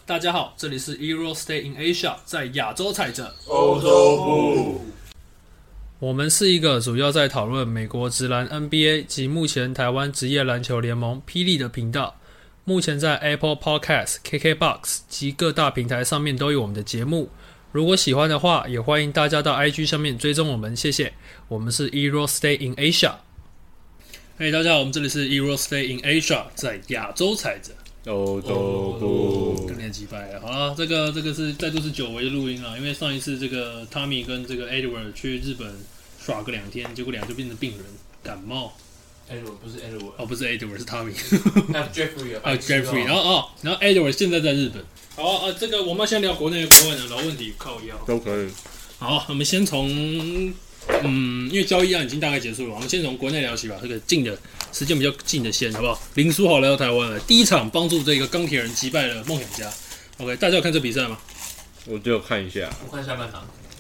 大家好，这里是 Euro Stay in Asia， 在亚洲踩着欧洲部。 我们是一个主要在讨论美国职篮 NBA 及目前台湾职业篮球联盟霹雳的频道。目前在 Apple Podcast、KKBox 及各大平台上面都有我们的节目。如果喜欢的话，也欢迎大家到 IG 上面追踪我们，谢谢。我们是 Euro Stay in Asia。嘿，大家好，我们这里是 Euro Stay in Asia， 在亚洲踩着欧洲部。 跟练击败了。好了，这个是再度是久违的录音了，因为上一次这个 Tommy 跟这个 Edward 去日本耍个2天，结果2就变成病人，感冒。 Edward 不是 Edward， 哦，不是 Edward， 是 Tommy。 还有 Jeffrey 还有 Jeffrey， 然后 Edward 现在在日本。好这个我们要先聊国内国外的老问题，靠腰都可以。 好，我们先从因为交易案已经大概结束了，我们先从国内聊起吧。这个近的时间比较近的先，好不好？林书豪来到台湾了，第一场帮助这个钢铁人击败了梦想家。OK， 大家有看这比赛吗？ 我只有看一下， 我看下半场。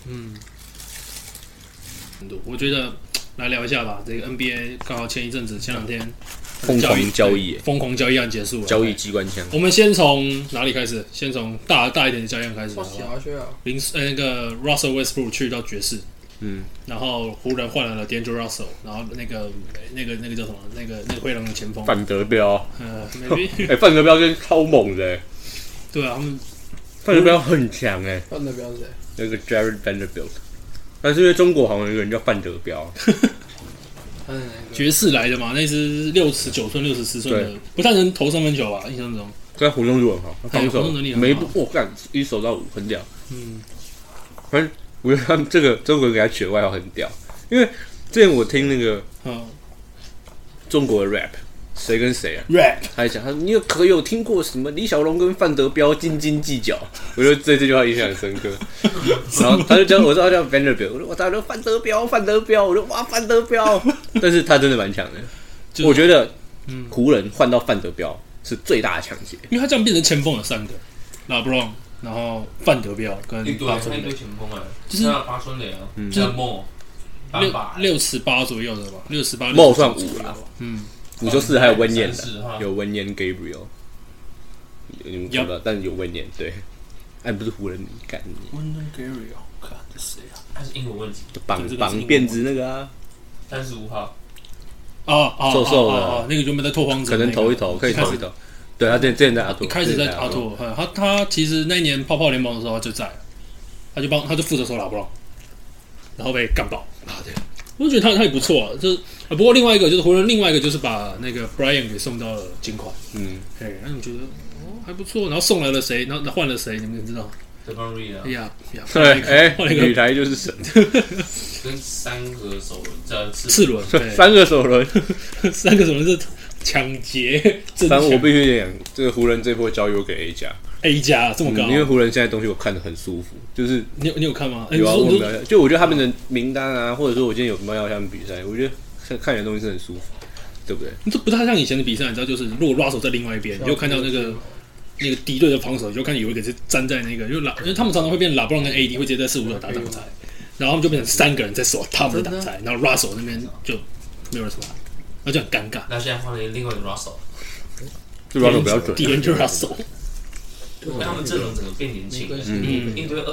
我觉得来聊一下吧。这个 NBA 刚好前2天疯狂交易， 疯狂交易案结束了， 交易机关枪。 我们先从哪里开始？先从大一点的交易案开始。那个 Russell Westbrook 去到爵士。然后湖人换来了 D'Angelo Russell， 然后那个叫什么？那个灰狼的前锋范德彪。范德彪真超猛的。 对啊，他们范德彪很强哎。 范德彪是谁？ 那个 Jared Vanderbilt， 但是因为中国好像有一个人叫范德彪。 爵士来的嘛，那只69寸、64寸的，不太能投三分球吧？印象中。 在活动度很好，防守每一步我干1守到5，很屌。反正。我觉得他们这个中国人给他取的外号很屌，因为之前我听那个中国的 rap， 谁跟谁啊 ？rap， 他还讲你有听过什么李小龙跟范德彪斤斤计较？我觉得这句话印象很深刻。然后他就叫我知道他叫 Vanderbilt， 我说我知道范德彪，我说哇范德彪，但是他真的蛮强的。我觉得湖人换到范德彪是最大的抢劫， 因为他这样变成前锋有3个 ，LeBron。然后范德彪跟八村垒， 前锋就是八村垒啊，像梦 6'8"左右的吧，6'8"， 梦算5啦，5就4，还有温念的，有温念 Gabriel， 你们看不到，但有温念对，不是湖人干你。 温念 Gabriel， 看这谁啊？ 他是英文问题， 绑辫子那个啊 ，35号， 瘦瘦的， 那个原本在拓荒者， 可能投一投，可以投一投。对，他之前在阿拓， 一开始在阿拓，他其实那一年泡泡联盟的时候他就在，他就负责收拉布朗，然后被干爆。对，我觉得他也不错啊，就是不过另外一个就是湖人，另外一个就是把那个 Brian 给送到了金块。那你觉得还不错，然后送来了谁？然后换了谁？你们知道？ 德邦瑞啊， 对，女台就是神， 跟3个首轮， 次轮 ，3个首轮 ，3个首轮是。抢劫！ 但我必须讲，这个湖人这波交易我给 A 加这么高， 因为湖人现在东西我看得很舒服，就是你有看吗？ 有啊，就我觉得他们的名单啊，或者说我今天有什么要他们比赛，我觉得看起来东西是很舒服，对不对？ 你这不太像以前的比赛，你知道，就是如果 Russell 在另外一边，你就看到那个敌对的防守，你就看有一个是站在那个，因为他们常常会变拉布朗跟 AD 会直接在4-5手打挡拆，然后他们就变成3个人在守他们的挡拆，然后 Russell 那边就没有人什么。那就很尴尬。 那现在换了另外一个 Russell， 就 Russell 比较准。 D'Angelo Russell， 他们阵容整个变年轻，应对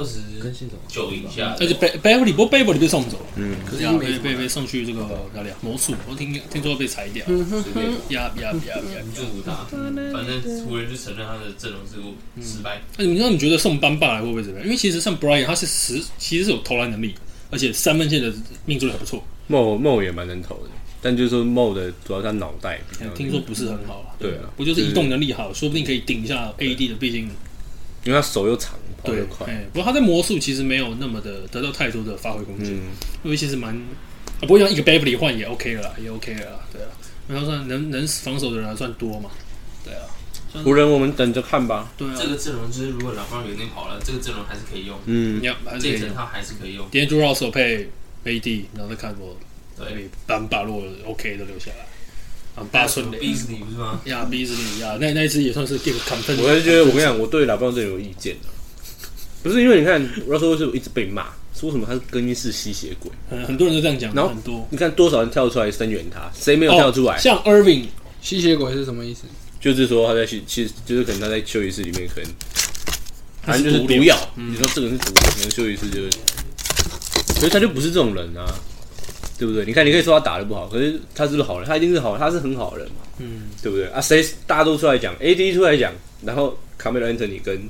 29以下。 而且Beverly 被送走，可是被送去这个哪里啊？魔术，我听说被裁掉。 祝福他，反正湖人就承认他的阵容是失败。 那你觉得送班霸来会不会怎么样？因为其实像 Brian 他其实是有投篮能力，而且3分线的命中率还不错。 Mo 也蛮能投的。但就是说 Mo 的主要是他脑袋比较， 听说不是很好啦。 对啊， 不就是移动能力好，说不定可以顶一下 AD 的，毕竟因为他手又长，跑又快。 不过他在魔术其实没有那么的得到太多的发挥空间，因为其实不会让一个 Beverly 换也 OK 了啦，对啊，然后算能防守的人还算多嘛，对啊。 湖人我们等着看吧。 对啊，这个阵容就是如果老方有点跑了，这个阵容还是可以用。这一整套还是可以用。 D'Angelo Russell 配 AD， 然后再看我。对，班霸洛 OK 都留下来，八村垒 ，Beasley 不是吗 ？Beasley 那一支也算是 give confidence。 我是觉得，我跟你讲，我对拉布朗真有意见的，不是因为你看 Russell 是一直被骂，说什么他是更衣室吸血鬼， 很多人都这样讲， 然后很多你看多少人跳出来声援他，谁没有跳出来？ 像 Irving 吸血鬼是什么意思？ 就是说他在其实就是可能他在休息室里面可能反正就是毒药。你说这个是毒，可能休一次就会。可是他就不是这种人啊，对不对？你看，你可以说他打得不好，可是他是不是好人？他一定是好人，他是很好的人嘛，对不对？啊，谁大家都出来讲 ，AD 出来讲，然后卡梅伦·安东尼跟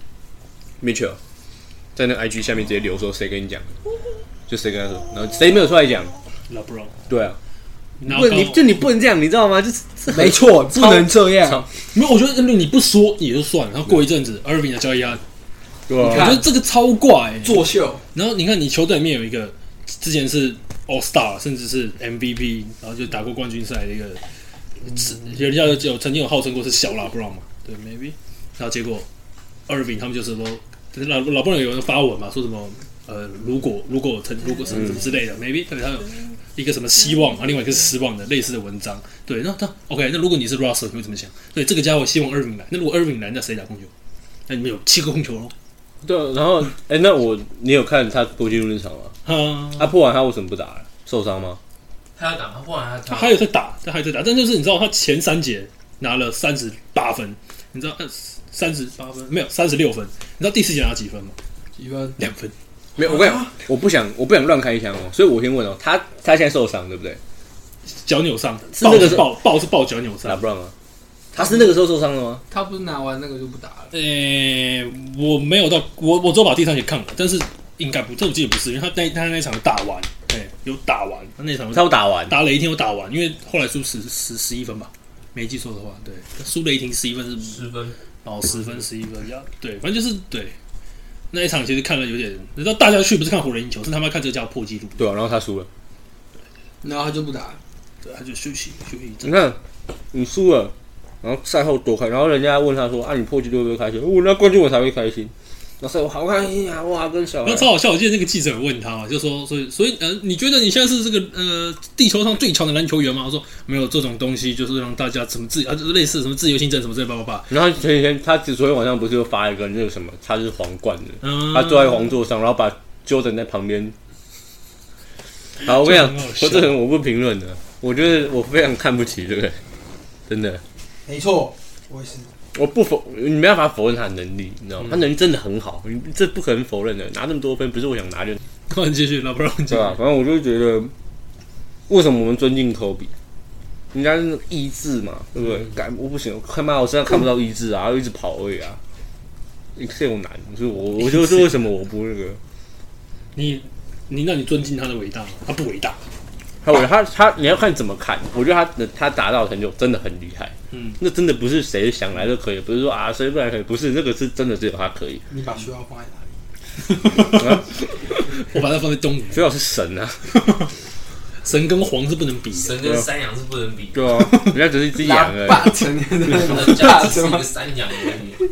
Mitchell 在那 IG 下面直接留说谁跟你讲，就谁跟他说，然后谁没有出来讲 LeBron， 对啊。你不能这样，你知道吗？就是没错，不能这样。 没有，我觉得你不说也就算了。然后过一阵子，Irving 的交易案， 对啊， 我觉得这个超怪， 作秀。 然后你看，你球队里面有一个之前是 All Star， 甚至是 MVP， 然后就打过冠军赛的一个，人家有曾经有号称过是小LeBron嘛，对 ，maybe， 然后结果 Irving 他们就是说，LeBron有人发文嘛，说什么如果什么之类的 ，maybe 对他有。一个什么希望啊，另外一个是失望的类似的文章。对，那他 OK， 那如果你是 Russell， 你会怎么想？对，这个家伙希望 Irving 来。那如果 Irving 来，那谁打控球？那你们有7个控球咯。 对，然后那你有看他破纪录那场吗？他破完他为什么不打了？受伤吗？ 他要打，他破完他还有在打，但就是你知道他前3节拿了38分，你知道38分没有36分，你知道第4节拿几分吗？ 几分 ？2分。 没有，我跟你讲，我不想乱开枪哦，所以我先问哦，他现在受伤对不对？ 脚扭伤， 是那个是抱脚扭伤。 打不让啊？他是那个时候受伤的吗？ 他不是拿完那个就不打了？ 我没有到，我只有把第3节看完，但是应该不，这我记得不是，因为他那场打完，有打完，他那场他有打完， 打雷霆有打完，因为后来输11分吧，没记错的话，对，输雷霆11分是 10分， 哦，10分11分呀，对，反正就是对。那一场其实看了有点，你知道大家去不是看湖人赢球，是他妈看这个家伙破纪录。 对啊，然后他输了， 然后他就不打了， 对，他就休息。 你看，你输了，然后赛后多开，然后人家问他说：“啊，你破纪录会不会开心？”我拿冠军我才会开心。然后赛后好开心啊，哇，跟小孩。 那超好笑，我记得那个记者有问他嘛，就说所以你觉得你现在是这个地球上最强的篮球员吗？他说没有这种东西，就是让大家什么就是类似什么自由行政什么之类叭。然后前几天他昨天晚上不是又发一个那个什么，他是皇冠的，他坐在皇座上，然后把 Jordan 在旁边。好，我跟你讲，我这人我不评论的，我觉得我非常看不起这个人，真的。 没错，我也是。 你没办法否认他的能力，你知道吗？他能力真的很好，你这不可能否认的。拿那么多分，不是我想拿就。 快继续，老不让继续。 对吧？反正我就觉得，为什么我们尊敬科比？人家是那个意志嘛，对不对？我不行，看妈，我身上看不到意志啊，要一直跑而已啊。Excel 难，所以我就是为什么我不那个？ 那你尊敬他的伟大吗？他不伟大。 他你要看怎么看。我觉得他达到的成就真的很厉害。那真的不是谁想来就可以，不是说啊谁不来可以，不是那个是真的只有他可以。 你把学校放在哪里？ 我把它放在东吴。 学校是神啊， 神跟皇是不能比的， 神跟山羊是不能比的。 对啊，人家只是一只羊而已。 霸成人家只是一个山羊而已。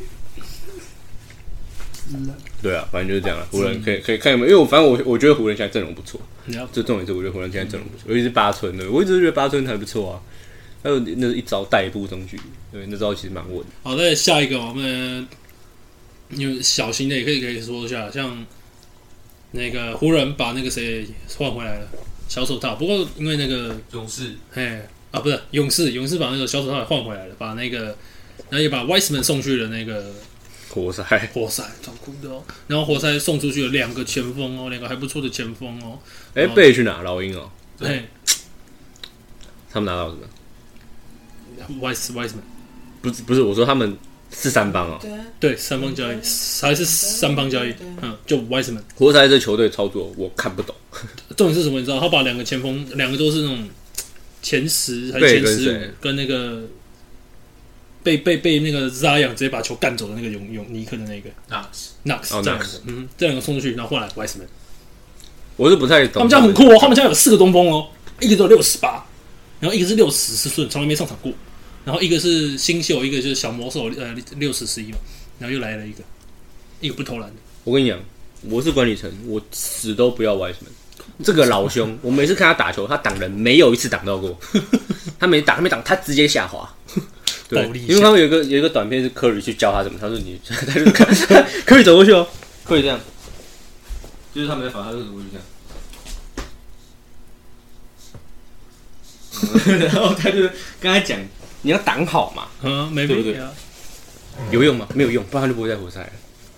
对啊，反正就是这样了。湖人可以看有没有，因为反正我觉得湖人现在阵容不错。这重点是我觉得湖人现在阵容不错，尤其是八村的，我一直觉得八村还不错啊。还有那一招带步中距，对，那招其实蛮稳。 好，再下一个，我们有小型的也可以说一下，像那个湖人把那个谁换回来了，小手套。不过因为那个勇士， 不是勇士把那个小手套也换回来了，把那个然后也把 Wiseman 送去了那个。活塞超酷的哦！然后活塞送出去了2个前锋哦，2个还不错的前锋哦。 贝去哪？老鹰哦。 对， 他们拿到什么 ？Wiseman 不是，我说他们是3帮哦。 对，3帮交易还是3帮交易？就 Wiseman。 活塞这球队操作我看不懂。 重点是什么？你知道他把2个前锋，2个都是那种前10还是前15，跟那个。被那个 Zion 直接把球干走的那个尼克的那个 Knox 这2个，这2个送出去，然后换来 Wiseman。 我是不太懂。 他们家很酷哦，他们家有4个中锋哦，一个只有68，然后一个是60顺，从来没上场过，然后一个是新秀，一个就是小魔兽60-11嘛，然后又来了一个不投篮的。 我跟你讲，我是管理层，我死都不要 Wiseman 这个老兄。我每次看他打球，他挡人没有一次挡到过，他没挡，他直接下滑。对，因为他们有一个短片是科里去教他怎么，他说他就看科里走过去哦，科里这样，就是他们在罚，他就走过去这样，然后他就跟他讲，你要挡好嘛， 没对不对？有用吗？没有用，不然他就不会在活塞了。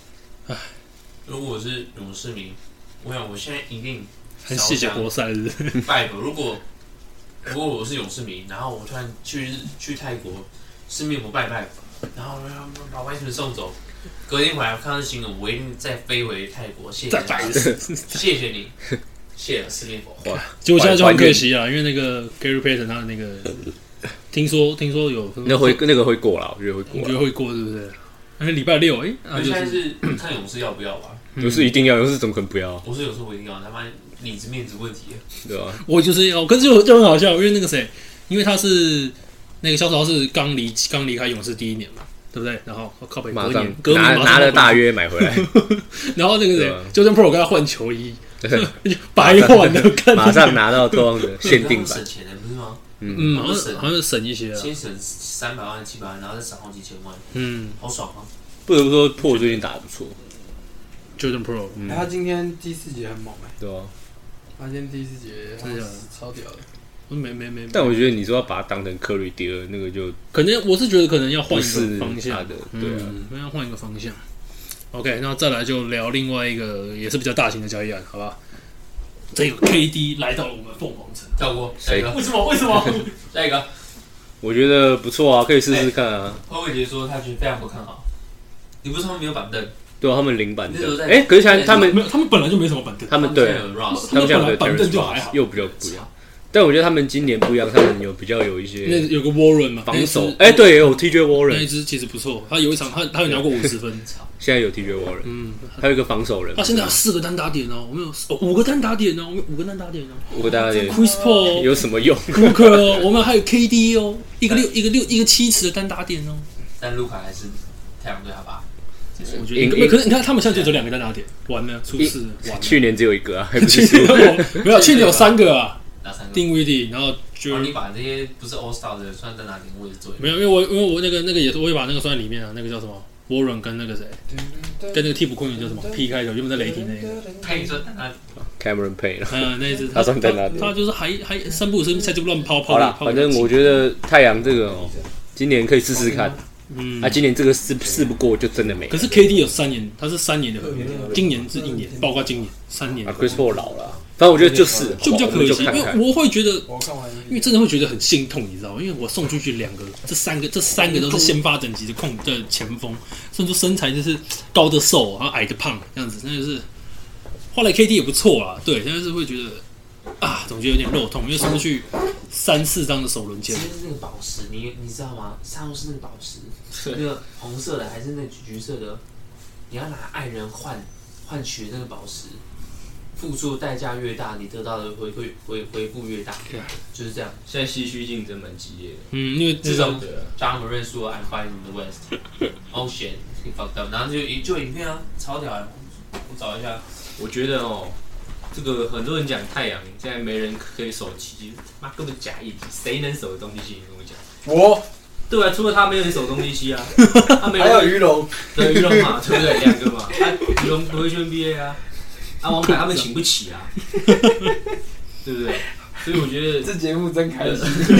如果我是勇士迷，我想我现在一定很谢谢国赛日。 拜托，如果我是勇士迷，然后我突然去泰国吃面膜拜，然后把外孙送走，隔天回来看到新闻，我一定再飞回泰国，谢谢谢谢你，谢了四面佛。 结果现在就很可惜啊，因为那个 Gary Payton 他的那个，听说有那个会过啦，我觉得会过。 我觉得会过，对不对？因为礼拜六， 现在是看勇士要不要吧？ 勇士一定要，勇士怎么可能不要？ 我是有时候我一定要，他妈里子面子问题， 对吧？ 我就是要，可是就很好笑，因为那个谁，因为他是那个萧韶是刚离开勇士第一年嘛，对不对？然后靠北马上拿了大约买回来， 然后那个谁，Jordan Pro 跟他换球衣，白换的， 马上拿到对方的限定版， 省钱的不是吗？ 好像省一些啊， 先省300万700万，然后再省好几千万，好爽啊！ 不得不说破最近打得不错 ，Jordan Pro， 他今天第4节很猛对啊， 他今天第4节超屌的。 没， 但我觉得你说要把它当成科瑞第二，那个就可能我是觉得可能要换一个方向的，对啊， 要换一个方向。OK， 那再来就聊另外一个也是比较大型的交易案，好吧？这个 KD 来到了我们凤凰城， 跳过下一个， 为什么？ 下一个， 我觉得不错啊，可以试试看啊。 侯伟杰说他觉得非常不看好，你不是他们没有板凳？ 对啊，他们零板凳。 哎， 可是现在他们本来就没什么板凳， 他们对，他们现在板凳就还好， 又比较不一样。但我觉得他们今年不一样，他们比较有一些， 那有个 Warren 嘛， 防守，对，有 TJ Warren 那一支其实不错，他有一场他有拿过50分， 现在有 TJ Warren，还有一个防守人， 他现在有4个单打点哦，我们有5个单打点哦，5个单打点哦，Chris Paul 有什么用 ？Booker 哦，我们还有 KD 哦，一个7尺的单打点哦， 但卢卡还是太阳队好吧？ 我觉得，可是你看他们现在就只有2个单打点，完了出事，完了。 去年只有1个啊，还不是没有，去年有3个啊。丁威迪，然后就你把这些不是 All Star 的算在哪里位置做？ 没有，因为我那个也是，我也把那个算在里面啊。那个叫什么 Warren 跟那个谁，跟那个替补控员叫什么 P 开头，原本在雷霆那个。 Payne 算在哪里 ？Cameron Payne， 那一支他算在哪里？ 他就是还3不5身才就乱抛。 好啦，反正我觉得太阳这个今年可以试试看。今年这个试不过就真的没。 可是 KD 有3年，他是3年的合约，今年是1年，包括今年3年。 Chris Paul 老了。反正我觉得就比较可惜，因为我会觉得，因为真的会觉得很心痛，你知道吗？因为我送出去2个，这三个都是先发等级的前锋，甚至身材就是高的瘦，然后矮的胖，这样子，真的是。后来 KD 也不错啦，对，但是会觉得总觉得有点肉痛，因为送出去3、4张的首轮签。 其实那个宝石，你知道吗？沙漏是那个宝石，那个红色的还是那橘色的？你要拿爱人换取那个宝石。付出的代价越大，你得到的回复越大，就是这样。 现在西区竞争蛮激烈的， 因为自从John Moran 说 I'm fighting the West，Oh shit， he fucked up， 然后就影片啊，超屌的，我找一下。 我觉得这个很多人讲太阳现在没人可以守七，妈根本假议题，谁能守东契奇？你跟我讲， 我对啊，除了他没有人守东契奇啊， 还有鱼龙， 对鱼龙嘛，对不对？2个嘛，鱼龙不会去 NBA 啊。王凯他们请不起啊，对不对？所以我觉得这节目真开心。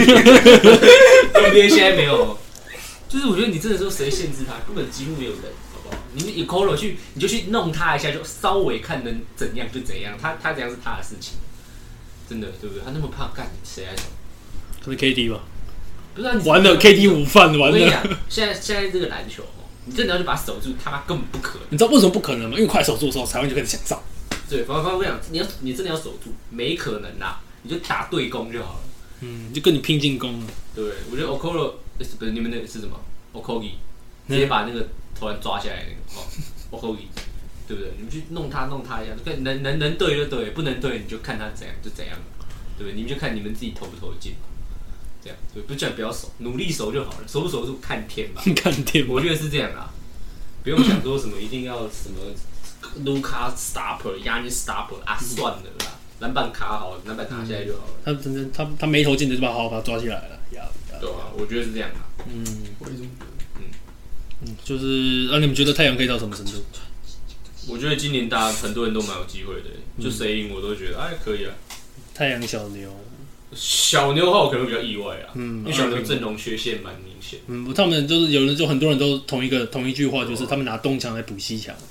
NBA 现在没有，就是我觉得你真的说谁限制他，根本几乎没有人，好不好？你以 Colo 去，你就去弄他一下，就稍微看能怎样就怎样，他怎样是他的事情，真的对不对？他那么怕干，谁来守？ 可是 KD 吧？ 不是、啊、 完了 ，KD 午饭完了。 我跟你讲，现在这个篮球，你真的要去把它守住，他妈根本不可能。 你知道为什么不可能吗？因为快守住的时候，台湾就开始想上。 对，反正我跟你讲，你真的要守住，没可能啦，你就打对攻就好了。 就跟你拼进攻了。 对，我觉得 Okoro 不是你们那个是什么 ？Okogie 直接把那个投篮抓下来那个Okogie， 对不对？你们去弄他一下，能对就对，不能对你就看他怎样就怎样，对不对？你们就看你们自己投不投得进，这样对，不叫你不要守，努力守就好了，守不守得住看天吧。 看天， 我觉得是这样啦，不用想说什么一定要什么。Luka Stopper、Giannis Stopper 啊，算了啦，篮板卡好，篮板拿下来就好了。 他没投进的就把他抓起来了， 对啊，我觉得是这样啦。 我也这么觉得。就是让你们觉得太阳可以到什么程度？ 我觉得今年大家很多人都蛮有机会的，就谁赢我都觉得可以啊。 太阳小牛的话我可能比较意外啊，因为小牛阵容缺陷蛮明显。 他们就是有人就很多人都同一句话，就是他们拿东墙来补西墙。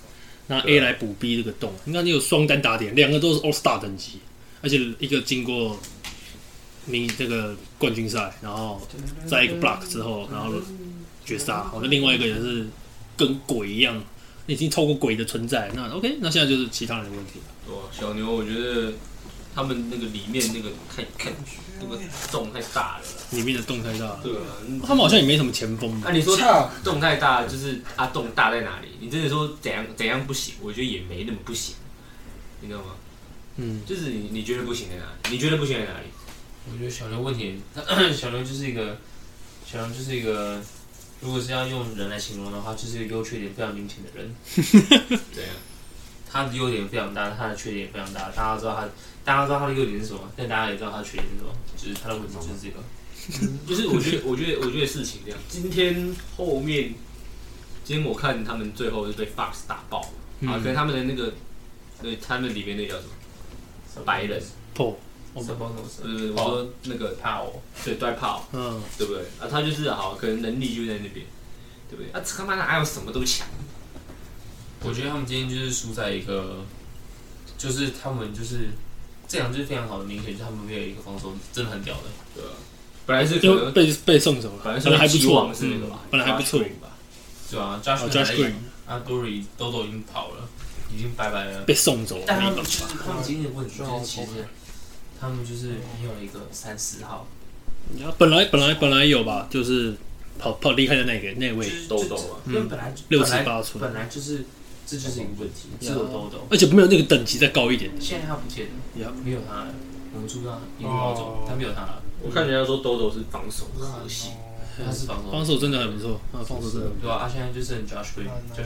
拿 A 来补 B 这个洞。你看你有双单打点，两个都是 All Star 等级，而且一个经过这个冠军赛，然后在一个 block 之后，然后绝杀。我的另外一个也是跟鬼一样，已经透过鬼的存在。那 OK， 那现在就是其他人的问题了。 对啊，小牛，我觉得他们那个里面那个太那个洞太大了。 里面的洞太大， 对啊， 他们好像也没什么前锋嘛。 那你说洞太大，就是洞大在哪里？你真的说怎样不行？我觉得也没那么不行，你知道吗？就是你觉得不行在哪里？你觉得不行在哪里？ 我觉得小牛问题，小牛就是一个，如果是要用人来形容的话，就是一个优缺点非常明显的人。 对啊， 他的优点非常大，他的缺点也非常大。大家知道他的优点是什么，但大家也知道他的缺点是什么，就是他的问题就是这个。 就是我觉得事情这样。今天我看他们最后是被 Fox 打爆了，可能他们的那个，他们里面那叫什么白人 Paul， 我说那个 Powell， 对Dwight Powell，对不对？他就是好，可能能力就在那边，对不对？他妈的还有什么都强。 我觉得他们今天就是输在一个，就是他们就是这样就是非常好的明显，就是他们没有一个防守真的很屌的， 对啊。本来是可能被送走了， 本来还不错， 是那个吧， 本来还不错吧，对啊 ，Josh Green， Dory 都已经跑了，已经拜拜了， 被送走了。 但他们今天的问题就是其实他们就是没有一个3-4号。 本来有吧，就是跑离开的那位豆豆啊， 因为本来 68寸， 本来就是这就是一个问题，只有豆豆， 而且没有那个等级再高一点。 现在他不见了，没有他了，我们知道一路跑走，他没有他了。 我看人家说豆豆是防守核心， 他是防守真的很不错，防守真的对吧？现在就剩 Josh Green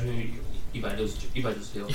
169，196，196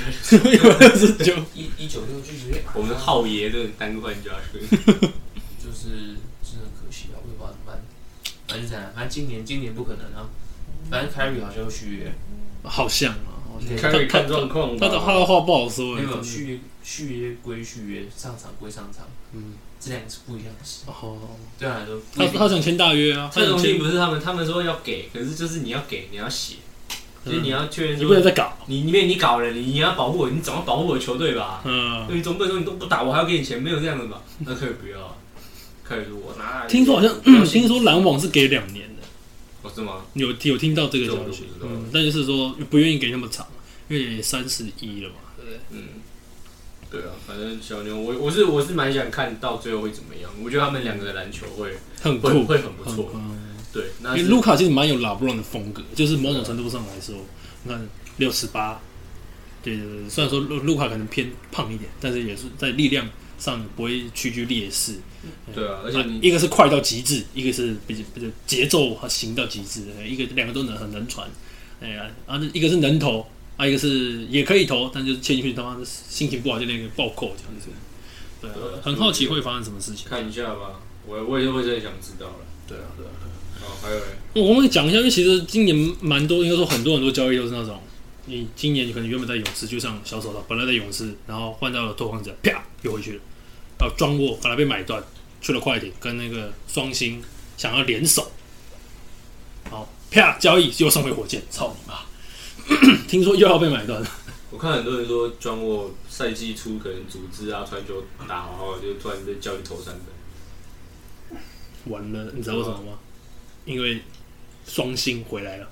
就直接我们浩爷的单冠 Josh Green， 就是真的可惜啊，我也不知道怎么办。反正怎样，反正今年不可能啊。反正 Kyrie 好像要续约， 好像啊 ，Kyrie 看状况， 他的话不好说， 没有续约归续约，上场归上场，这两个是不一样的事。对啊， 他想签大约啊， 这种并不是他们说要给，可是就是你要给，你要写，所以你要确认说， 你不能再搞， 你搞了，你要保护我，你总要保护我的球队吧？你总不能说你都不打，我还要给你钱，没有这样的吧？那可以不要，可以说我拿来。 听说好像，听说篮网是给2年的， 哦是吗？ 有听到这个消息，但就是说不愿意给那么长，因为也31了嘛，对不对？ 对啊，反正小牛，我是蛮想看到最后会怎么样。我觉得他们两个的篮球会很酷，会很不错。对，因为卢卡其实蛮有LeBron的风格，就是某种程度上来说，你看6'8", 对，虽然说卢卡可能偏胖一点，但是也是在力量上不会屈居劣势。 对啊，而且一个是快到极致，一个是比较节奏和行到极致，两个都很能传。一个是能投。一个是也可以投，但就是切进去他妈心情不好就那个暴扣这样子。对啊，很好奇会发生什么事情。 看一下吧，我也会真的想知道了。 对啊。 还有嘞， 我们讲一下，因为其实今年蛮多，应该说很多交易都是那种，你今年可能原本在勇士，就像小手套，本来在勇士，然后换到了拓荒者，啪又回去了。庄沃本来被买断，去了快艇，跟那个双星想要联手，好啪交易又送回火箭，操你妈！听说又要被买断了。 我看很多人说，庄沃赛季初可能组织传球打好，就突然被叫去投3分。 完了，你知道为什么吗？因为双星回来了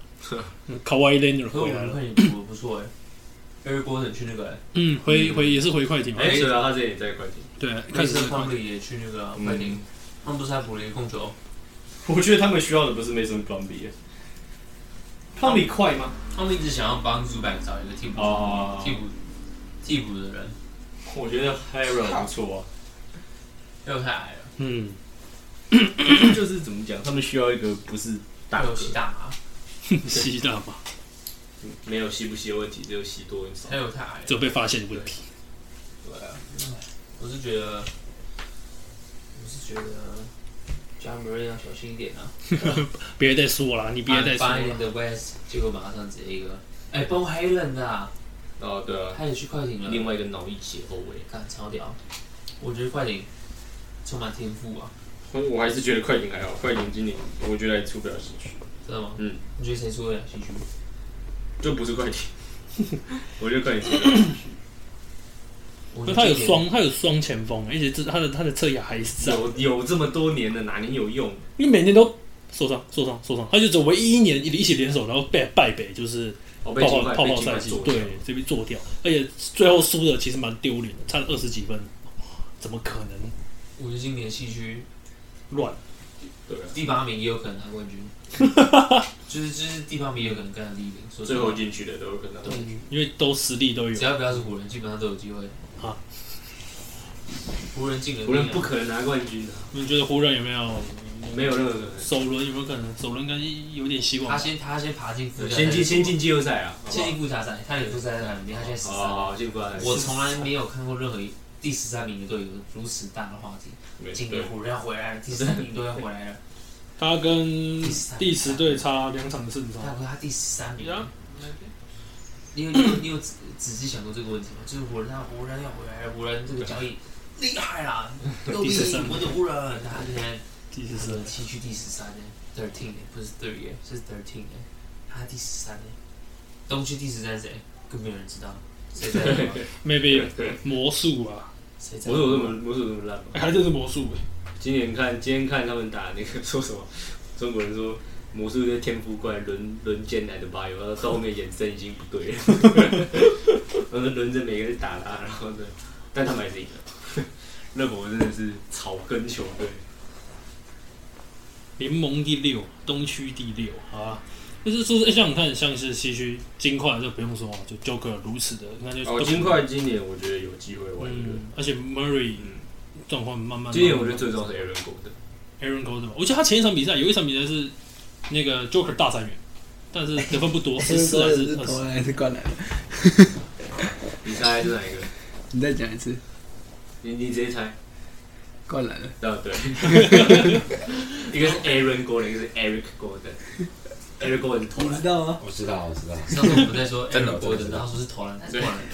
，Kawhi Leonard 回来了。 快艇不错Eric Gordon 去那个也是回快艇嘛。 对啊，他之前也在快艇。 对，开始他们也去那个快艇，他们不是还补了一个控球？ 我觉得他们需要的不是 Mason Plumlee。Plumlee 快吗？ 他们一直想要帮Zubac找一个替补的人。 我觉得 Harrell 不错啊， 又太矮了。 就是怎么讲，他们需要一个不是大哥吸大麻， 吸大麻， 没有吸不吸的问题，只有吸多跟少。 他又太矮了， 只有被发现的问题。 对啊，我是觉得 John Murray 要小心一点啊！ 别再说了，你别再说了。 8年的 West， 结果马上直接一个，Bo Halen 的啊！ 哦，对啊， 他也去快艇了。 另外一个脑溢血后卫， 看超屌！我觉得快艇充满天赋啊！ 我还是觉得快艇还好，快艇今年我觉得还出不了西区。 真的吗？你觉得谁出得了西区？ 就不是快艇。 我就看你说。 他有双前锋，而且他的侧翼还是在， 有这么多年了，哪年有用？ 你每年都受伤，他就只唯一一年一起联手，然后败北就是泡泡赛季，对，这边做掉，而且最后输的其实蛮丢脸的，差了20几分，怎么可能？ 我觉得今年西区乱， 对， 第8名也有可能拿冠军，就是第8名也有可能跟他第1名， 最后进去的都有可能。 对， 因为都实力都有， 只要不要是湖人，基本上都有机会。 啊， 湖人进了， 湖人不可能拿冠军的。 你觉得湖人有没有？ 没有任何可能。 首轮有没有可能？首轮应该有点希望。 他先爬进附加赛，先进季后赛啊！ 先进附加赛，他有附加赛里面，他现在13。 哦，进附加赛。 我从来没有看过任何第13名的队有如此大的话题。今年湖人要回来了，第13名都要回来了。 他跟第10队差2场的胜差。 他第13名。你有仔细想过这个问题吗？就是湖人要回来了，湖人这个交易厉害啦，又比我的湖人，他现在第14， 西区第13呢，13呢，不是30耶，是13呢，他第13呢，东区第13谁？更没有人知道，谁在吗 ？Maybe 魔术吧。 魔术这么烂吗？ 还真是魔术哎！ 今天看他们打那个说什么？中国人说魔术跟天赋怪轮奸来的吧，然后到后面眼神已经不对了，然后轮着每个人打他，然后呢，但他们还是赢了。热火真的是草根球队， 联盟第6，东区第6，好啊。就是说，像你看，像是西区金块，这不用说，就 Joker 如此的，你看就。 金块今年我觉得有机会玩一个， 而且 Murray 状况慢慢。 今年我觉得最重要是 Aaron Gordon， 我记得他前一场比赛有一场比赛是那个 Joker 大3元，但是得分不多，14还是20。 投篮还是灌篮？ 你猜是哪一个？ 你再讲一次。 你直接猜。 灌篮了。 对。一个是 Aaron Gordon， 一个是 Eric Gordon。Eric Gordon 是投篮， 你知道吗？ 我知道。 上次我们在说 Aaron Gordon， 然后说是投篮还是灌篮。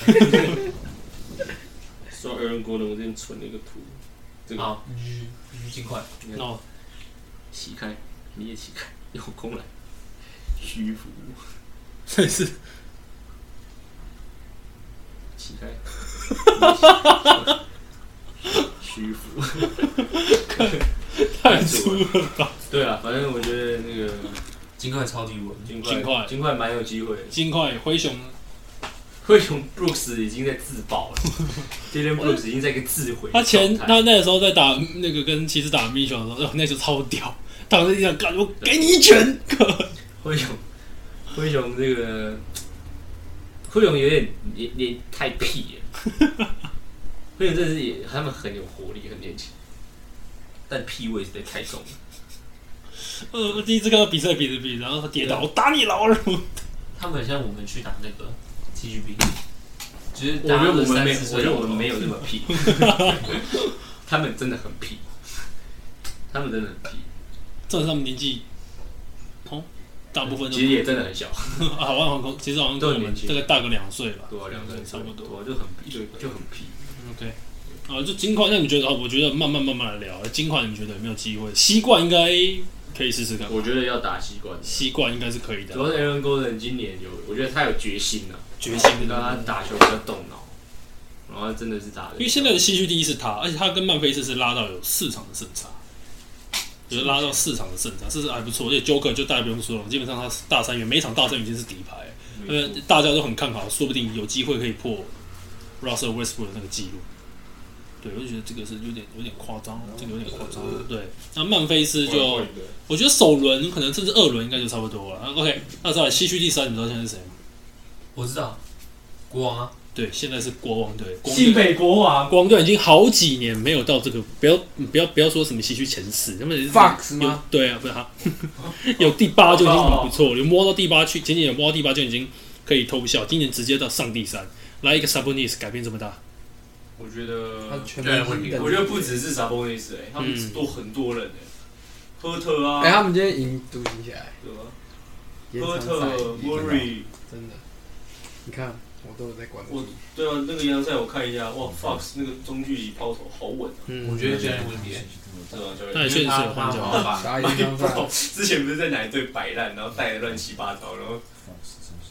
说 Aaron Gordon， 我之前存了一个图。这个好，尽快。 那起开，你也起开，有空来。虚服。 这是。 起开。虚服。 太粗了吧？ 对啊，反正我觉得那个金块超级稳， 金块蛮有机会的。 金块灰熊 Brooks 已经在自爆了，Dylan Brooks 已经在一个自毁。 他那时候在打那个跟骑士打 Mitchell 的时候，那时候超屌，躺在地上干，我给你一拳。 灰熊这个灰熊有点也太屁了，灰熊真的是他们很有活力，很年轻，但屁味实在太重了。 我第一次看到比赛比，然后他跌倒，我打你老二。 他们很像我们去打那个 TGB， 就是我觉得我们没有那么屁，他们真的很屁，真的很屁。 正是他们年纪，大部分其实也真的很小。 好像其实好像跟我们这个大个2岁吧， 对啊，2岁差不多， 就很屁，就很屁。 OK， 就金块，那你觉得？我觉得慢慢来聊。金块，你觉得有没有机会？西冠应该可以试试看。 我觉得要打西冠， 西冠应该是可以的。 主要是 Aaron Gordon 今年我觉得他有决心啊，让他打球比较动脑，然后真的是打的。 因为现在的西区第1是他，而且他跟曼菲斯是拉到有4场的胜差，就是拉到4场的胜差，这是还不错。而且 Joker 就大家不用说了，基本上他大3元，每场大3元已经是底牌，大家都很看好，说不定有机会可以破 Russell Westbrook 的那个记录。对，我就觉得这个是有点夸张，这个有点夸张。对，那曼菲斯就，我觉得首轮可能甚至2轮应该就差不多了。OK， 那再来西区第3，你知道现在是谁吗？ 我知道，国王啊。 对，现在是国王队。 新北国王。 国王队已经好几年没有到这个，不要说什么西区前4，他们 Fox 吗？ 对啊，不是他，有第8就已经很不错了，有摸到第8去，前年有摸到第8就已经可以偷笑，今年直接到上第3，来一个 Sabonis 改变这么大。 我觉得， 我觉得不只是 Sabonis 他们多很多人赫特啊， 他们今天赢独行侠， 对吧？赫特、Murray， 真的，你看我都有在关注。 对啊，那个延长赛我看一下，哇 ，Fox 那个中距离抛投好稳啊。 我觉得教练问题， 对吧？ 那也确实是有换教练。 打延长赛， 之前不是在哪一队摆烂，然后带的乱七八糟，然后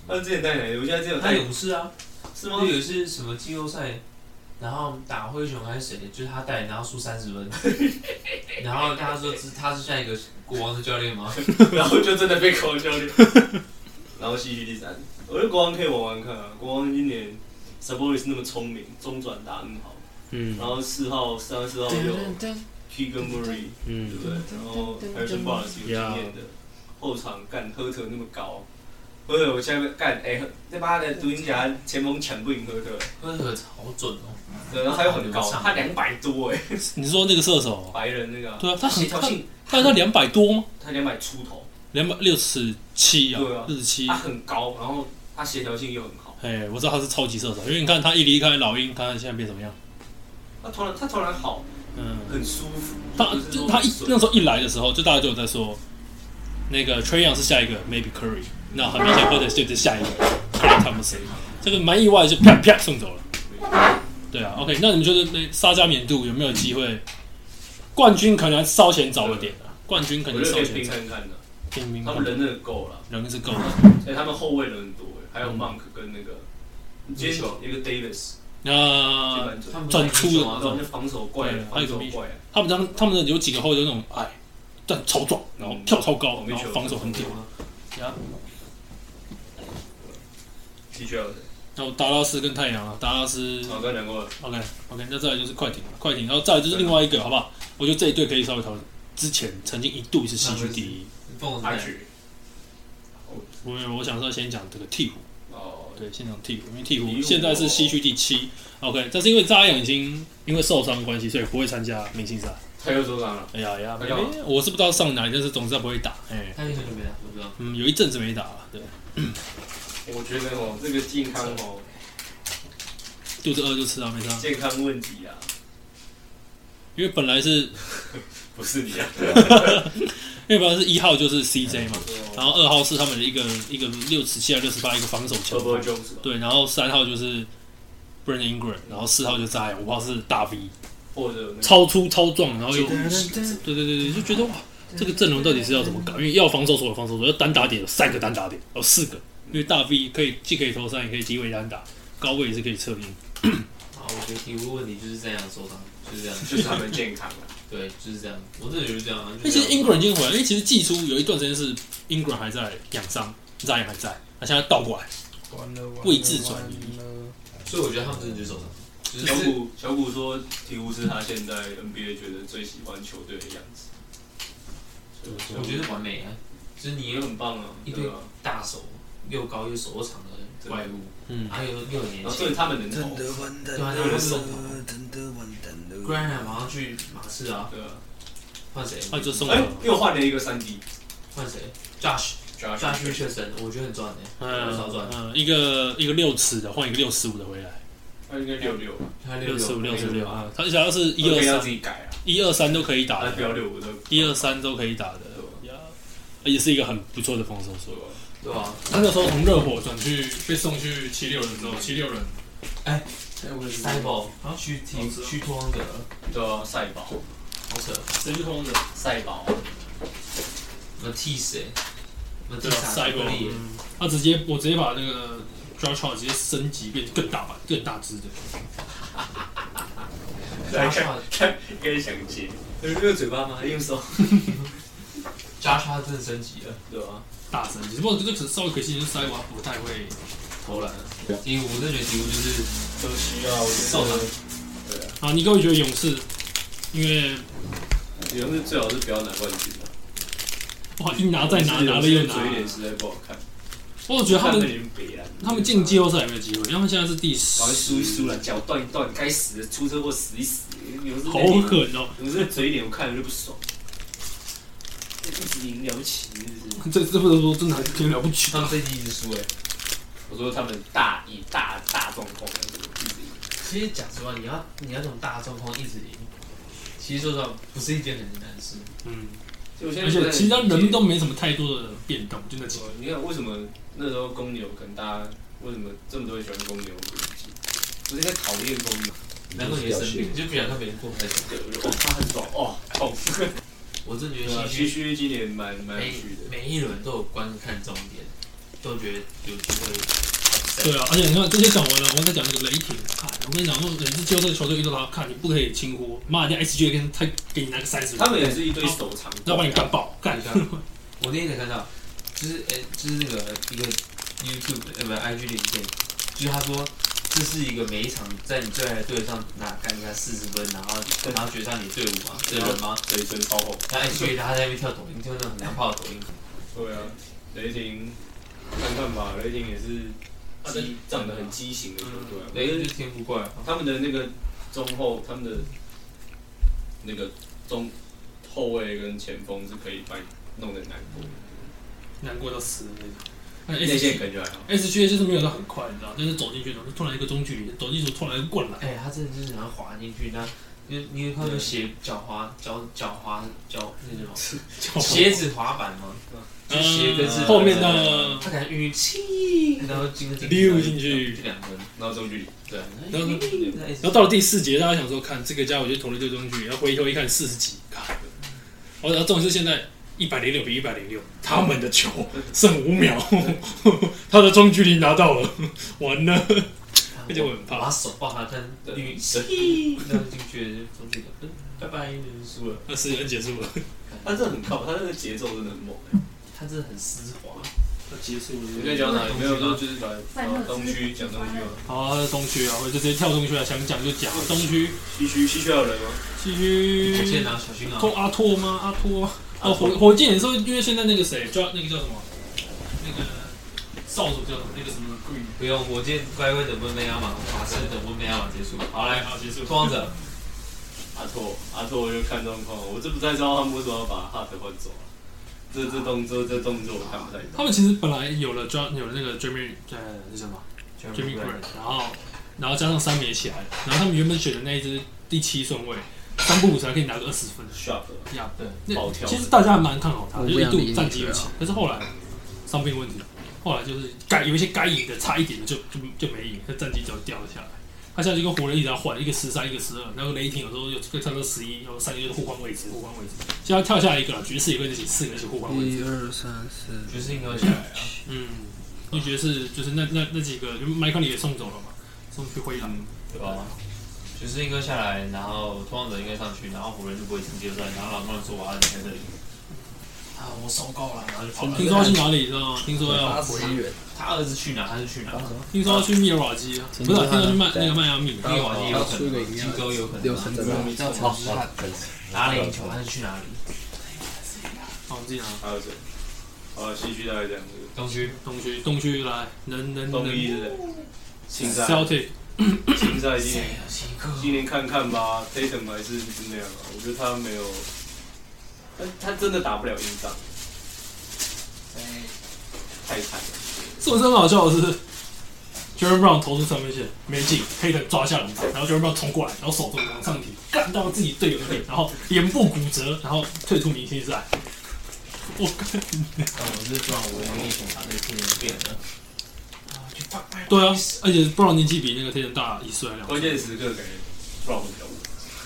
他之前带哪？我现在只有他带勇士啊， 是吗就？有一次什么季后赛，然后打灰熊还是谁，就是他带，然后输30分，然后他说他是下一个国王的教练吗？ 然后就真的被国王教练，然后西区第3，我觉得国王可以玩玩看啊。国王今年 Sabonis 那么聪明，中转打那么好，然后3号有 Keegan Murray，对不对？然后 Harrison Barnes 有经验的，后场干赫特那么高。赫特，我下面干他妈的独行侠前锋抢不赢赫特， 赫特好准哦， 对，然后他又很高，他200多你说那个射手， 白人那个， 对啊，他协调性， 他200多吗？ 他200出头 ？267啊， 对啊 67， 他很高，然后他协调性又很好。 哎，我知道他是超级射手，因为你看他一离开老鹰，看他现在变怎么样？ 他投篮好，很舒服。 他那时候一来的时候，就大家就有在说，那个 Trae Young 是下一个 maybe Curry， 那很明显或者就是下一个 Curry Thompson， 这个蛮意外，就啪啪送走了。对啊 ，OK， 那你们觉得那沙加缅度有没有机会？冠军可能稍显早一点啊，冠军可能稍显早。 看看的， 拼他们人真的够了， 人是够的。 他们后卫人很多，还有 Monk 跟那个，今天一个 Davis。 转出的， 那防守怪， 还有一个他们的有几个后卫有那种矮，但超壮，然后跳超高，然后防守很屌。 的确。 然后达拉斯跟太阳啊，达拉斯。 刚刚讲过了。 OK， 那再来就是快艇，然后再来就是另外一个，好不好？我觉得这一队可以稍微讨论。之前曾经一度是西区第一。我想说先讲这个鹈鹕。对，先讲鹈鹕，因为鹈鹕现在是西区第7。OK， 但是因为扎养已经因为受伤的关系，所以不会参加明星赛。 他又受伤了。 哎呀，我是不知道上哪里，但是总之他不会打。 他已经很久没打，我不知道。 有一阵子没打了。对。 我觉得这个健康肚子饿就吃啊，没差。 健康问题啊。 因为本来是不是你啊？ 因为本来是1号就是 CJ 嘛，然后2号是他们的一个67还68一个防守球，对，然后3号就是 Brandon Ingram， 然后4号就扎养，5号是大 V， 或者超粗超壮，然后又对，就觉得哇，这个阵容到底是要怎么搞？因为要防守所有防守所，要单打点有3个单打点，有4个，因为大 V 既可以投3，也可以低位单打，高位也是可以策应。 我觉得鹈鹕问题就是这样受伤，就是这样， 就是他们健康了。 对，就是这样。我真的觉得这样啊。 其实 Ingram 已经回来，因为其实季初有一段时间是 Ingram 还在养伤，扎养还在，他现在倒过来，位置转移。 所以我觉得他们真的就受伤。 小谷说，鹈鹕是他现在 NBA 觉得最喜欢球队的样子。 我觉得完美啊，就是你也很棒啊， 一堆大手，又高又手又长的怪物，然后又很年轻， 所以他们能投， 对啊，他们能投。Graham 马上去马刺啊， 对啊， 换谁？ 就送又换了一个3D， 换谁 ？Josh Richardson， 我觉得很赚少赚。 一个6尺的换一个65的回来， 他应该66吧？ 他 65啊，他想要是123 自己改啊 ，123都可以打的， 不要65的 ，123都可以打的，也是一个很不错的防守手。 对啊， 那个时候从热火转去被送去76人之后，76人， 赛宝去拓荒者， 对啊，赛宝， 好扯， 谁去拓荒者？ 赛宝， 那替谁？那对啊，赛宝，我直接把那个 Josh Hart 直接升级变更大只的。 看，跟想接，用嘴巴吗？用手。 Josh Hart 真的升级了， 对吧？ 大升级，不过这个稍微可惜，就是赛宝不太会投篮。 鹈鹕，我真的觉得鹈鹕就是可惜啊，我觉得受伤。 对啊。 啊，你各位觉得勇士，因为勇士最好是不要拿冠军嘛。 哇，一拿再拿，拿了又拿。 嘴脸实在不好看。 我觉得他们进季后赛有没有机会？因为他们现在是第10， 输了，脚断一断，该死的出车祸死一死。 好狠哦！ 勇士的嘴脸我看了就不爽。一直赢了不起， 这不能说真的挺了不起。 他们这季一直输我说他们以大状况一直赢。 其实讲实话，你要这种大状况一直赢，其实说实话不是一件很难的事。 而且其他人都没什么太多的变动，就那几个。 你看为什么那时候公牛可能大家为什么这么多人喜欢公牛？不是在讨厌公牛， 难怪你生病，就不想看别人过太爽。 他很爽痛。 我真觉得西区今年蛮有趣的， 每一轮都有观看重点。 都觉得有机会。 对啊，而且你看这些讲完了，我再讲那个雷霆，看我跟你讲，每次接这个球队遇到他，看你不可以轻忽，妈人家 SGA 跟他给你拿个30， 他们也是一堆手长， 要把你干爆，干。 我那天才看到，就是那个一个 YouTube IG 的影片，就是他说这是一个每一场在你最爱的队上干个40分，然后决赛你队伍嘛的人吗？ 嘴唇超红。 然后 SGA 他在那边跳抖音，跳那种很娘炮的抖音。 对啊，雷霆看看吧，雷霆也是长得很畸形的球队啊。 雷霆就是天赋怪啊， 他们的那个中后，他们的那个中后卫跟前锋是可以把你弄得难过， 难过到死的那种。 内线感觉还好。 SGA 就是没有到很快，你知道，就是走进去，然后突然一个中距离，走进去突然一个灌篮。 他真的就是想要滑进去，那你有看到脚滑那种鞋子滑板吗？就鞋跟是后面的， 他感觉运气，然后溜进去就2分， 然后中距离， 对， 然后到了第4节，大家想说，看这个家伙就投了这中距离，然后回头一看40几，然后重点是现在106比106，他们的球剩5秒，他的中距离拿到了，完了，而且我很怕， 把手抱他看运气，然后进去中距离，拜拜，输了， 那4结束了， 他真的很靠，他那个节奏真的很猛。 他真的很丝滑。 他结束了。 你可以讲哪里？没有说就是来东区讲东区吗？ 好，东区啊，我就直接跳东区了，想讲就讲。东区， 西区还有人吗？ 西区。 火箭啊，小心啊！ 阿拓吗？阿拓。哦，火箭也是，因为现在那个谁叫那个叫什么？那个少主叫什么？那个什么 Green。 不用，火箭乖乖等温梅亚马，马刺等温梅亚马结束。好，来， 好结束。 拓荒者。 阿拓就看状况，我这不太知道他们为什么要把哈特换走啊。这动作我看不太懂。 他们其实本来有了那个 Jeremy 是什么 Jeremy Grant， 然后加上3枚起来，然后他们原本选的那一支第7顺位，3不5才可以拿个20分。 Sharp 呀， 对，暴跳。 其实大家还蛮看好他，就一度战绩有起，可是后来伤病问题，后来就是有一些该赢的差一点的就没赢，他战绩就掉了下来。他现在就跟湖人一直要换，一个13，一个12，然后雷霆有时候又差不多11，然后3个就是互换位置。现在跳下来一个了，爵士也跟着起4个一起互换位置。 1、2、3、4， 爵士应该会下来啊。 因为爵士就是那几个，麦康利也送走了嘛，送去灰狼， 对吧？爵士应该下来，然后拓荒者应该上去，然后湖人就不会进季后赛，然后老公说我要离开这里。我受够了，然后就跑了。 听说要去哪里，知道吗？听说要回援。 他儿子去哪？他是去哪？ 听说要去密尔瓦基啊，不是，听说去迈阿密。 密尔瓦基有可能，金州有可能。打垒球还是去哪里？ 好，我记得。 还有谁？西区大概这样子。 东区来， 东一是谁？青赛。 Celtic。 青赛今年看看吧 ，Tatum 还是那样啊。我觉得他没有，他真的打不了硬仗。太惨了。 是不是很好笑的是 ，Jaylen Brown 投出3分线没进，黑人抓下篮板，然后 Jaylen Brown 冲过来，然后手肘往上提，干到自己队友的脸，然后脸部骨折，然后退出明星赛。我干！ 我是 Brown，我愿意从他那个天人变的。 对啊，而且 Brown 年纪比那个天人大1岁还2岁。 关键时刻感觉 Brown 比较稳。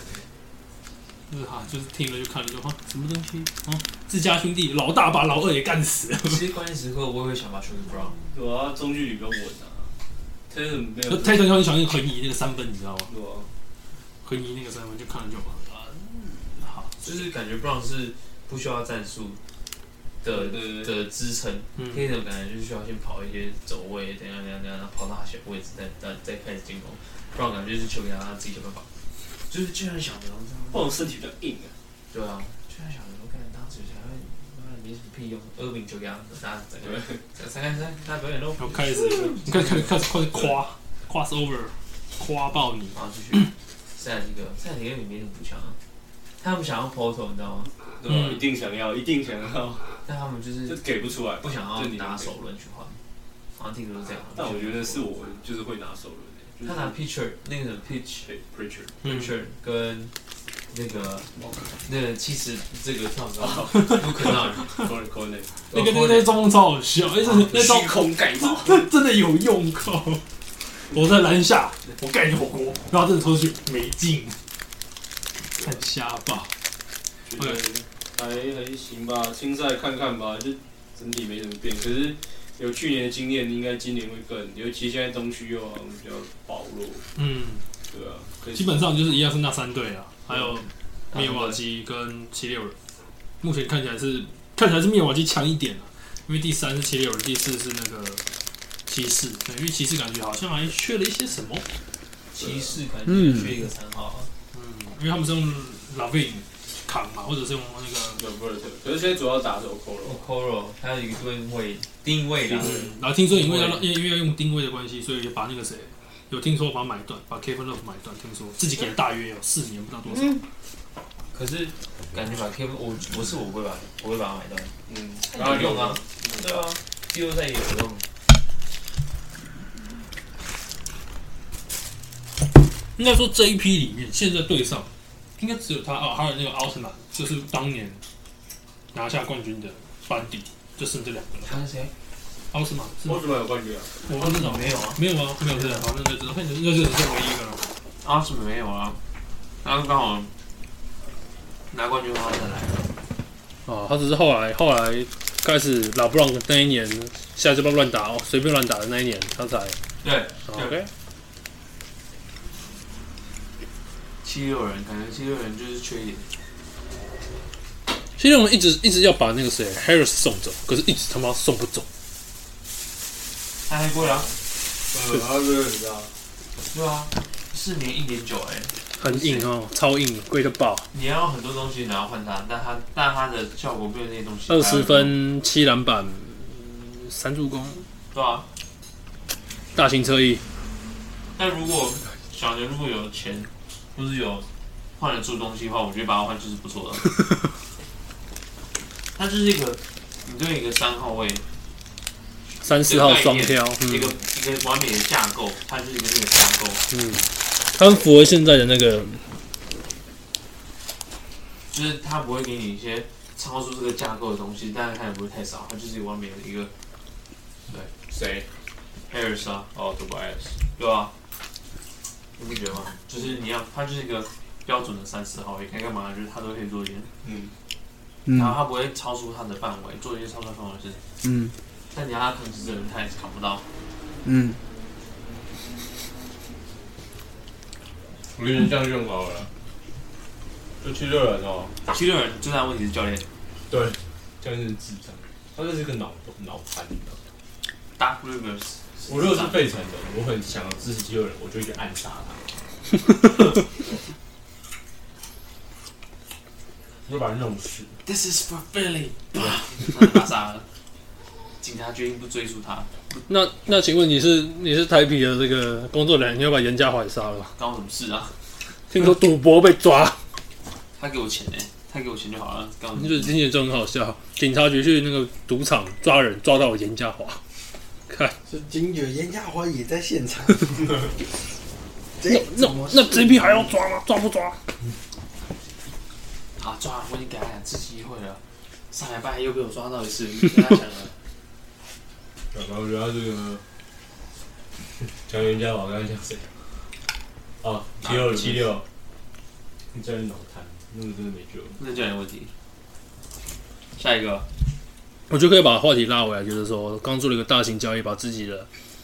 就是听了就看了就什么东西自家兄弟老大把老二也干死了。 其实关键时刻我也会想把 Jaylen Brown。 对啊，中距离比较稳啊。Tatum 没有。 Tatum 要你想那个横移那个3分，你知道吗？ 对啊。 横移那个3分就看了就好，就是感觉 Brown 是不需要战术的支撑，Tatum 感觉就需要先跑一些走位，怎样，然后跑到他小位置，再开始进攻。Brown 感觉就是球给他自己想办法。就是就像小牛，你知道吗？ 不然身体比较硬啊。 对啊，就像小牛，我看当时小牛，妈的没什么屁用，20球给他，大家他表演都要开始，你开始cross over， 夸爆你。 然后继续，赛几个也没什么补强啊。他们想要 Porto， 你知道吗？ 对啊，一定想要， 但他们就是给不出来， 不想要拿首轮去换。好像听说是这样。 但我觉得是我就是会拿首轮。 他拿 Pitcher 那个 Preacher 跟那个其实这个跳高不可能， 那个中锋超好笑，那虚空盖帽真的有用靠！我在篮下，我盖你火锅，然后真的投出去没进，看瞎吧。 还行吧，青赛看看吧，就整体没什么变。可是有去年的经验，应该今年会更，尤其现在东区又好像比较薄弱，对啊， 基本上就是一样是那3队啊，还有灭瓦基跟76人。目前看起来是灭瓦基强一点啊，因为第3是76人，第4是那个骑士。对，因为骑士感觉好像还缺了一些什么。 骑士感觉缺一个3号。 因为他们是用 Lavin 扛嘛，或者是用那个 Levert，可是现在主要打是 Okoro， 还有一个定位啦。 然后听说因为要用定位的关系，所以把那个谁有听说把他买断，把 Kevin Love 买断，听说自己给了大约有4年，不知道多少。 可是感觉把 Kevin 我不会把他买断。 然后有用啊，对啊，季后赛也有用。 应该说这一批里面，现在队上应该只有他还有那个奥特曼，就是当年拿下冠军的班底，就剩这2个了。 他是谁？ 奥特曼是为什么有冠军啊？ 我不知道， 没有啊， 没有吗？没有这样，好，那就只剩唯一一个了。 阿什么没有啊？他刚好拿冠军后再来。 他只是后来开始拉布朗那一年，下就不乱打哦，随便乱打的那一年，他才对。 OK。 76人，感觉76人就是缺一点。 76人一直要把那个谁 Harris 送走，可是一直他妈送不走。 太贵了、啊。 他这个你知道？ 对啊，4年1.9 很硬哦，超硬，贵到爆。 你要有很多东西然后换他，但他的效果没有那些东西。 20分7篮板3助攻。 对啊。 大型侧翼。 但如果小牛如果有钱，或是有换得出东西的话，我觉得把他换就是不错的。他就是一个，你对一个3号位 3、4号双挑， 一个完美的架构，它就是一个那个架构。 它很符合现在的那个， 就是它不会给你一些超出这个架构的东西，但是它也不会太少，它就是一个完美的一个。对， 谁 ？Harris 啊，Tobias， 对吧？你不觉得吗？就是他就是一个标准的3、4号位，该干嘛就是他都可以做一件。然后他不会超出他的范围，做一些超出范围的事情。但你要他扛起这人，他也是扛不到。 我觉得这样就很好了。就76人哦 ，76人最大的问题是教练。 对，教练是智障，他就是个脑瘫，你知道吗 ？Dark Rivers， 我如果是费城的，我很想要支持76人，我就去暗杀他。我就把他弄死。 This is for Philly， 打傻了。警察决定不追诉他。 那请问你是台啤的这个工作人员，你要把严家华也杀了吧？ 关我什么事啊？ 听说赌博被抓。 他给我钱他给我钱就好了。 就是听起来就很好笑。警察局去那个赌场抓人，抓到了严家华。看， 是惊觉严家华也在现场。 那这批还要抓吗？抓不抓？ 好抓，我已经给他2次机会了。上礼拜又被我抓到一次，跟他讲了。 然后我觉得他这个讲袁家华，刚刚讲谁？哦，76，你教练脑瘫，那个真的没救。 那教练问题。下一个， 我就可以把话题拉回来，就是说刚做了一个大型交易，把自己的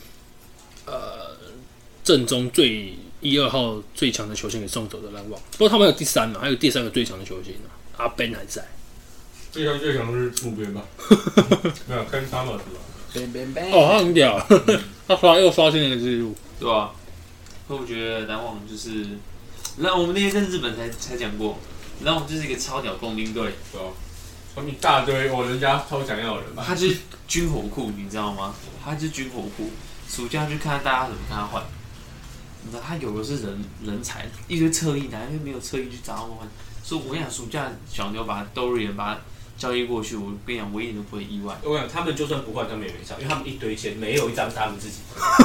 正中最1、2号最强的球星给送走的篮网。不过他们还有第3嘛，还有第3个最强的球星呢，阿 Ben 还在。 最强是渡边吧？没有看他们是吧？ 哦，他很屌，他又刷新了一个记录， 对吧？所以我觉得篮网就是，那我们那天在日本才讲过，篮网就是一个超屌工兵队， 对吧？他们一大堆人家超想要的人吧？ 他就是军火库，你知道吗？他就是军火库，暑假去看大家怎么跟他换。你知道他有的是人才，一堆侧翼，哪又没有侧翼去找他们换？所以我跟你讲，暑假小牛把 Dorian 把他交易过去，我跟你讲，我一点都不会意外。 我想他们就算不换，他们也没差，因为他们一堆钱，没有一张是他们自己。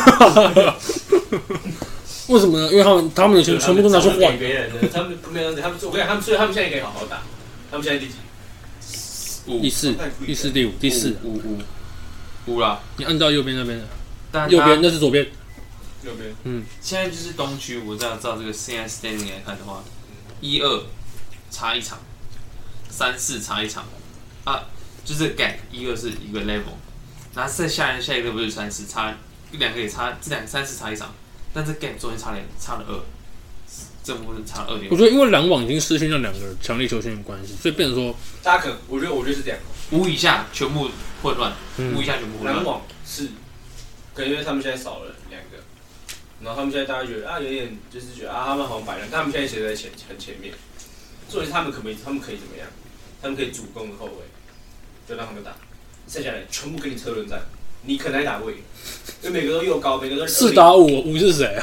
为什么呢？因为他们的钱全部都拿去换别人的，他们没有，他们我跟你讲，所以他们现在也可以好好打。他们现在第几？ 第四、第五、第4， 五啦。 你按照右边那边的，右边那是左边。 右边。 现在就是东区，我照这个现在 standing 来看的话，1、2差1场，3、4差1场，啊，就是 gap 1、2是一个 level， 然后再下一个不是30，差2个也差，这3-4差1场，但这 game 中间差了2，这部分差了2点。 我觉得因为篮网已经失去了2个强力球星的关系，所以变成说， 大家可能我觉得是这样 ，5以下全部混乱，5以下全部混乱。 篮网是，可能因为他们现在少了2个，然后他们现在大家觉得有点就是觉得他们好像摆烂，但他们现在其实在很前面。重点是他们可以怎么样？他们可以主攻的后卫，就让他们打，剩下来全部给你车轮战，你可能还打不赢，因为每个都又高，每个都 4打5是谁啊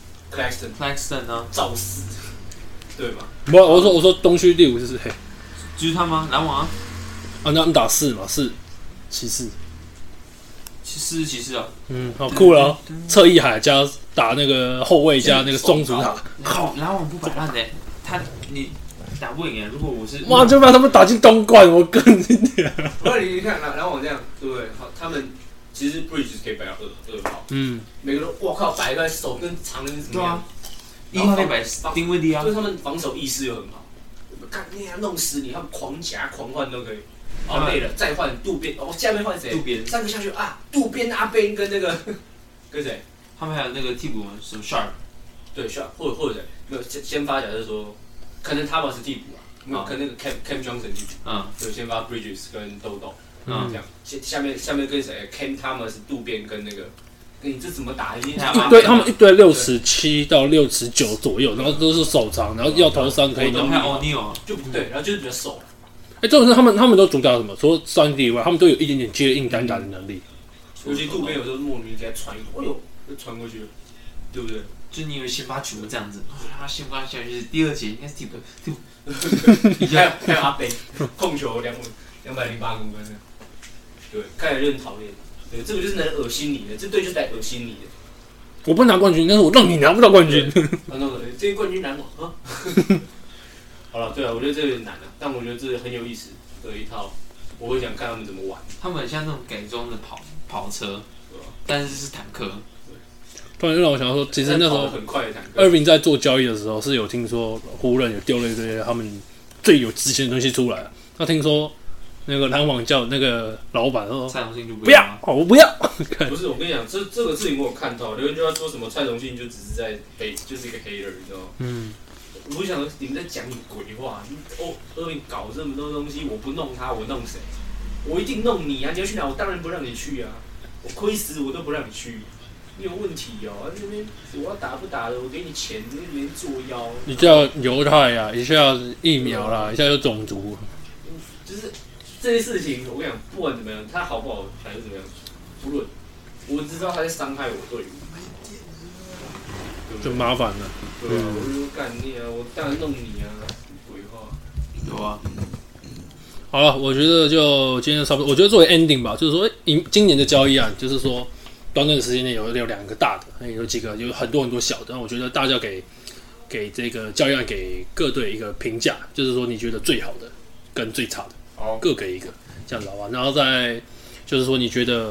？Claxton 呢？ 造死，对吗？ 不，我说东区第5是谁？ 就是他吗？篮网啊？ 那他们打4嘛，骑士。 骑士啊。 好酷了哦！侧翼海加打那个后卫加那个中主塔。 靠，篮网不摆烂的，你打不赢。如果我是哇，就把他们打进东冠，我跟你讲。 不过你看篮网这样，对不对？好，他们其实 Bridges 可以摆到2号，每个人我靠摆个手跟长人怎么样？ 一号可以摆丁威迪啊， 所以他们防守意识又很好。干你啊，弄死你！他们狂夹狂换都可以。累了再换渡边，下面换谁？ 渡边 3个下去啊，渡边阿边跟那个跟谁？ 他们还有那个替补什么 Sharp， 对 Sharp 或者没有先发，假设说可能他们是替补啊，可能那个 Cam Johnson 替补，对，先发 Bridges 跟豆豆，这样下面跟谁 ？Cam Thomas 渡边跟那个。你这怎么打？ 对，他们一堆67到69左右，然后都是手长，然后要投3可以投。 还有 O'Neal 就不对，然后就是比较瘦。 这种是他们都主打什么？除了3 D 以外，他们都有一点点接应单打的能力。 尤其渡边有时候莫名给他传一个，就传过去了，对不对？ 就你以为先发球这样子，他先发下去是第2节应该是替补。 还有阿贝控球208公分的，对，看起来就很讨厌。对，这个就是能恶心你的，这队就是来恶心你的。 我不拿冠军，但是我让你拿不到冠军。 这个冠军难我啊！好了，对啊，我觉得这有点难啊，但我觉得这很有意思的一套，我会想看他们怎么玩。 他们很像那种改装的跑车，但是是坦克。 突然让我想到说，其实那时候很快的坦克。 Irving 在做交易的时候，是有听说湖人有丢了一堆他们最有值钱的东西出来。他听说。那个篮网叫那个老板说：“ 蔡崇信就不要，我不要。” 不是，我跟你讲，这个事情我有看到，有人就要说什么蔡崇信就只是在就是一个 hater， 你知道吗？我就想说你们在讲鬼话，Irving搞这么多东西，我不弄他，我弄谁？我一定弄你啊！你要去哪？我当然不让你去啊！我亏死我都不让你去，你有问题哦！那边我要打不打的，我给你钱，你那边作妖。 一下犹太啊，一下疫苗啦，一下又种族， 就是。这些事情，我跟你讲，不管怎么样，他好不好还是怎么样，不论，我知道他在伤害我队伍， 就麻烦了。 对啊，我就干你啊，我当然弄你啊，鬼话。 有啊。 好了，我觉得就今天差不多。我觉得作为 ending 吧，就是说今年的交易案，就是说短短的时间内有2个大的，有几个有很多小的。但我觉得大家给这个交易案给各队一个评价，就是说你觉得最好的跟最差的。各给一个，这样子好吧？然后再就是说，你觉得，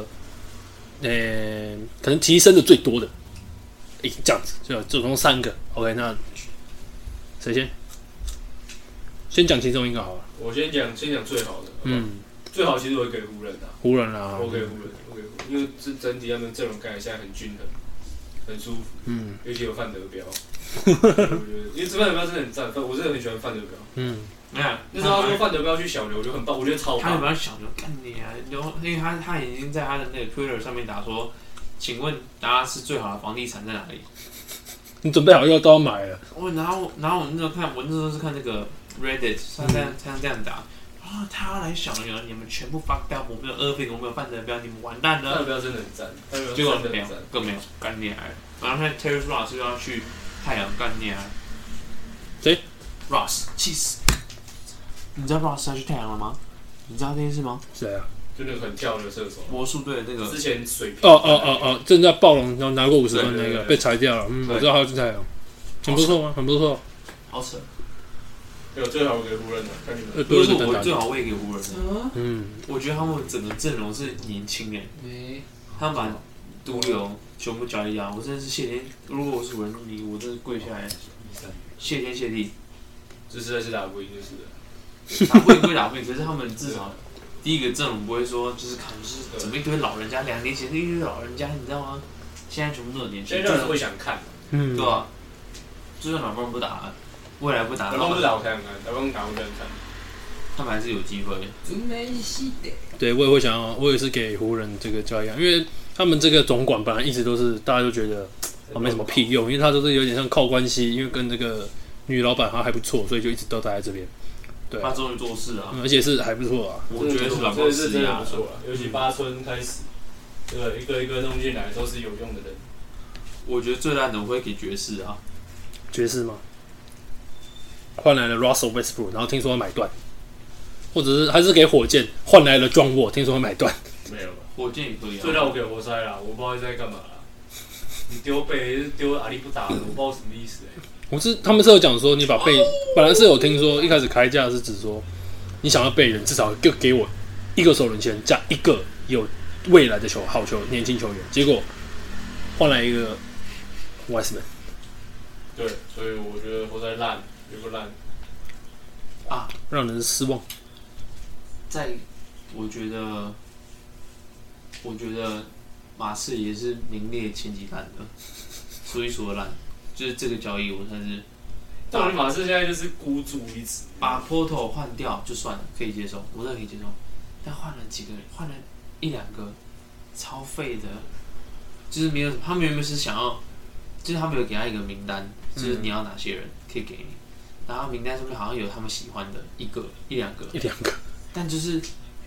可能提升的最多的，这样子，就总共3个。OK， 那谁先？先讲其中一个好了。 我先讲最好的。最好其实我会给湖人的。 湖人啊。 我给湖人，因为整体他们阵容看起来现在很均衡，很舒服。尤其有范德彪，我觉得，因为范德彪真的很赞，我真的很喜欢范德彪。 你看， 那时候他说范德彪去小牛就很棒，我觉得超棒。 他有没有小牛干你啊？因为他已经在他的那个 Twitter 上面打说，请问达拉斯最好的房地产在哪里？ 你准备好又都要买了？ 然后我那时候看，我那时候是看那个 Reddit， 他这样打。他要来小牛，你们全部fuck掉，我没有Irving，我没有范德彪，你们完蛋了。 范德彪真的很赞， 结果没有，更没有干你来。然后现在 Terrence Ross 又要去太阳干你来。 谁 ？Ross， 气死！你知道 Ross 要去太阳了吗？你知道这件事吗？ 谁啊？ 就那个很跳的射手， 魔术队的那个。 之前水平。 正在暴龙，然后拿过50分那个被裁掉了。我知道他要去太阳，很不错吗？很不错。 好扯。 有最好给湖人的，看你们。 不是我最好我也给湖人的。我觉得他们整个阵容是年轻人，他们把毒瘤全部交易啊！我真的是谢天，如果我是湖人迷，我真的跪下来，谢天谢地。 这实在是打不赢就是了。 打不赢归打不赢，可是他们至少第一个阵容不会说就是看就是怎么一堆老人家，2年前一堆老人家，你知道吗？现在全部都有年轻人， 现在让人会想看。 嗯， 对啊，就算老棒不打，未来不打， 打不打我看看，打不打我想看。 他们还是有机会。 对，我也会想要，我也是给湖人这个交易，因为他们这个总管本来一直都是大家都觉得没什么屁用，因为他都是有点像靠关系，因为跟这个女老板还不错，所以就一直都待在这边。对， 他终于做事啊， 而且是还不错啊。 我觉得是老这是真的棒施压不错啊，尤其八村开始，这个一个一个弄进来都是有用的人。 我觉得最烂的我会给爵士啊， 爵士吗？换来了 Russell Westbrook， 然后听说要买断，或者是还是给火箭换来了 John Wall， 听说要买断。 没有吧？ 火箭也可以啊。 最让我给活塞啦，我不知道在干嘛啦。你丢背丢阿里不打的，我不知道什么意思他们是有讲说，你把贝本来是有听说一开始开价是指说，你想要贝人至少就给我1个首轮签加1个有未来的好年轻球员，结果换来一个 Wiseman。 对，所以我觉得活塞烂，有个烂啊， 让人失望。 我觉得马刺也是名列前几烂的，数一数二烂。就是这个交易，我算是。 但马刺现在就是孤注一掷， 把 Porto 换掉就算了，可以接受，我真的可以接受。但换了几个人，换了1-2个，超废的，就是没有。他们原本是想要，就是他们有给他一个名单，就是你要哪些人可以给你，然后名单上面好像有他们喜欢的1-2个，但就是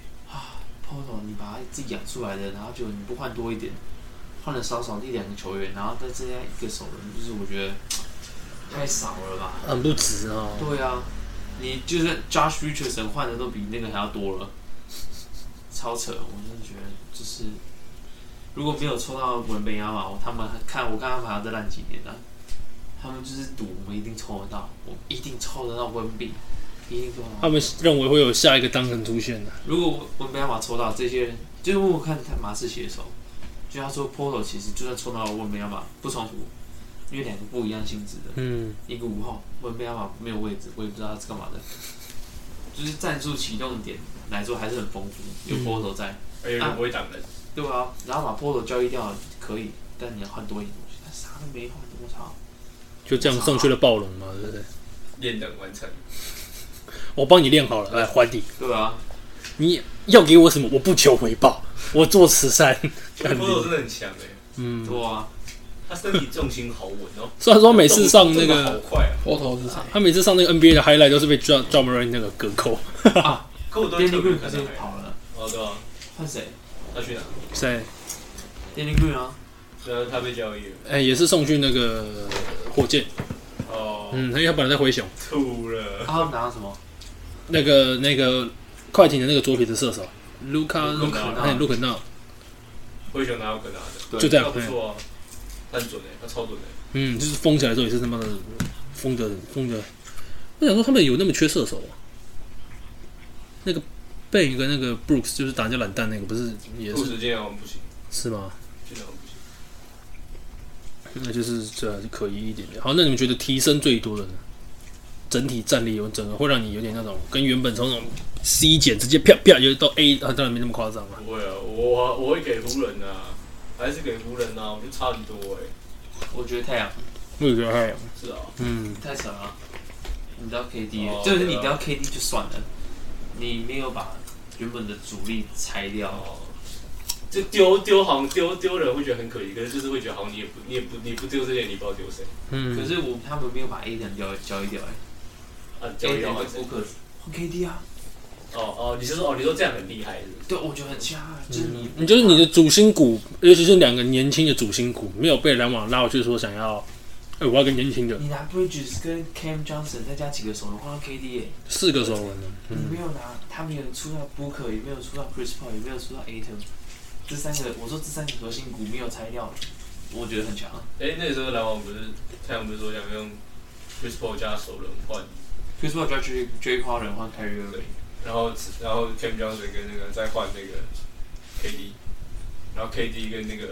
Porto 你把他自己养出来的，然后就你不换多一点。换了少1-2个球员，然后再增加1个首轮，就是我觉得太少了吧？ 很不值啊。 对啊，你就是 Josh Richardson 换的都比那个还要多了，超扯！我真的觉得就是如果没有抽到文本亚马，我看他们还要再烂几年呢、他们就是赌我们一定抽得到，我们一定抽得到文笔，一定抽得到。 他们认为会有下一个当人出现的。 如果文本亚马抽到这些人，就是我看他马刺写手。就他说 Porto 其实就算抽到了温贝亚马不冲突，因为2个不一样性质的，一个5号温贝亚马没有位置，我也不知道他是干嘛的，就是战术启动点来说还是很丰富，有 Porto 在， 而且又不会挡人， 对啊，然后把 Porto 交易掉可以，但你要换多一点东西，他啥都没换，我操！ 就这样送去了暴龙嘛，对不对？ 练等完成， 我帮你练好了，来还你。 对啊， 你要给我什么？我不求回报，我做慈善。 Porto 真的很强对啊， 他身体重心好稳哦。 虽然说每次上那个好快啊 Porto 是谁？他每次上那个 NBA 的 highlight 都是被 Ja Morant 那个隔扣。 可我都特 Danny 别 Green 可是看到跑了， 哦对啊， 换谁他去哪？ 谁？ ？Danny Green 啊， 对啊，他被交易了。 也是送去那个火箭。 哦， 因为他本来在灰熊。 吐了。 他们拿到什么？ 那个快艇的那个左撇子射手卢卡纳， 灰熊哪有可拿的？ 就这样， 他不错啊，他很准他超准就是封起来的时候也是他妈的封的。我想说他们有那么缺射手啊？那个贝跟那个 Brooks 就是打人家懒蛋那个，不是也是？ 时间好像不行， 是吗？ 今天好像不行。 那就是这还是可疑一点点。好，那你们觉得提升最多的呢？整体战力有整个会让你有点那种跟原本从那种 C 减直接啪啪就到 A，当然没那么夸张啊。 不会啊，我会给湖人啊，还是给湖人啊，我觉得差很多我觉得太阳。 我也觉得太阳。 是啊。 太扯了。你知道 KD，就是你不要 KD 就算了，你没有把原本的主力拆掉。 就丢好像丢人会觉得很可惜，可是就是会觉得好像你不丢这些，你不知道丢谁。 可是他们没有把 A 人交易掉交易掉换谁？换 KD 啊。 你说这样很厉害是不是？ 对，我觉得很强，就是你就是你的主心骨，尤其是2个年轻的主心骨，没有被篮网拉回去说想要，我要跟年轻的。 你拿 Bridges 跟 Cam Johnson 再加几个首轮换到 KD 4个首轮呢。 你没有拿，他没有出到 Booker， 也没有出到 Chris Paul， 也没有出到 Ayton。这3个核心股没有拆掉，我觉得很强。 那时候篮网太阳不是说想用 Chris Paul 加首轮换 Chris Paul 加 Jay Crowder 换 Kyrie Irving， 然后 Cam Johnson 跟那个再换那个 KD， 然后 KD 跟那个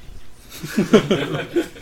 Irving。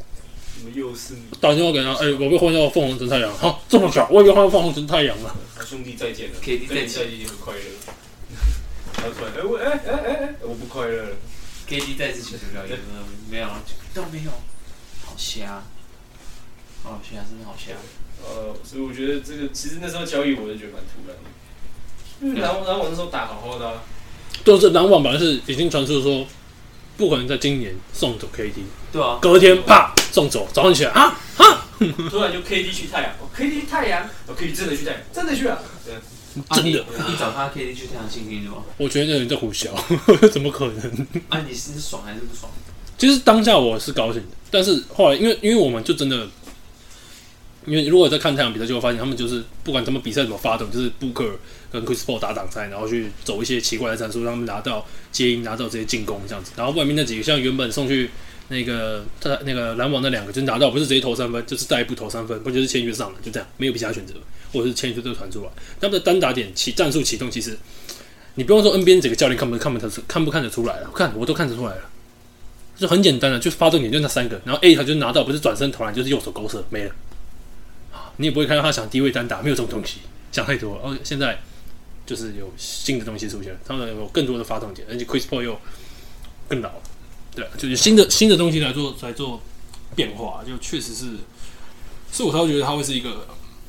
怎么又是你？ 打电话给他，我被换到凤凰城太阳，好，这么巧，我也被换到凤凰城太阳了。 他兄弟再见了 KD 跟你在一起很快乐。然后突然，我不快乐了。 KD 再次请求交易，没有，都没有，好瞎，好瞎，真的好瞎。 所以我觉得这个其实那时候交易我就觉得蛮突然的，因为篮网那时候打好好的啊。 就是篮网本来是已经传出说，不可能在今年送走 KD， 对啊， 隔天啪送走，早上起来啊， 突然就 KD 去太阳，KD 去太阳，KD 真的去太阳，真的去啊， 真的。 你找他 KD 去太阳星星的吗？ 我觉得你在胡笑，怎么可能？ 啊，你是爽还是不爽？ 其实当下我是高兴的，但是后来因为我们就真的，因为如果在看太阳比赛，就会发现他们就是不管他们比赛怎么发动，就是 Booker 跟 Chris Paul 打挡拆，然后去走一些奇怪的战术，让他们拿到接应，拿到这些进攻这样子。然后外面那几个像原本送去那个篮网那两个，就是拿到不是直接投3分，就是再一步投3分，不就是签约上了，就这样，没有比其他选择，或者是签约就传出来。他们的单打点战术启动，其实你不用说 NBA 整个教练看不看得出来了，我都看得出来了。就很简单的，就是发动点就那3个，然后 A 他就拿到，不是转身投篮就是右手勾射没了，你也不会看到他想低位单打，没有这种东西，想太多了。哦，现在就是有新的东西出现了，他们有更多的发动点，而且 Chris Paul 又更老了，对，就有新的东西来做变化，就确实是我才会觉得它会是一个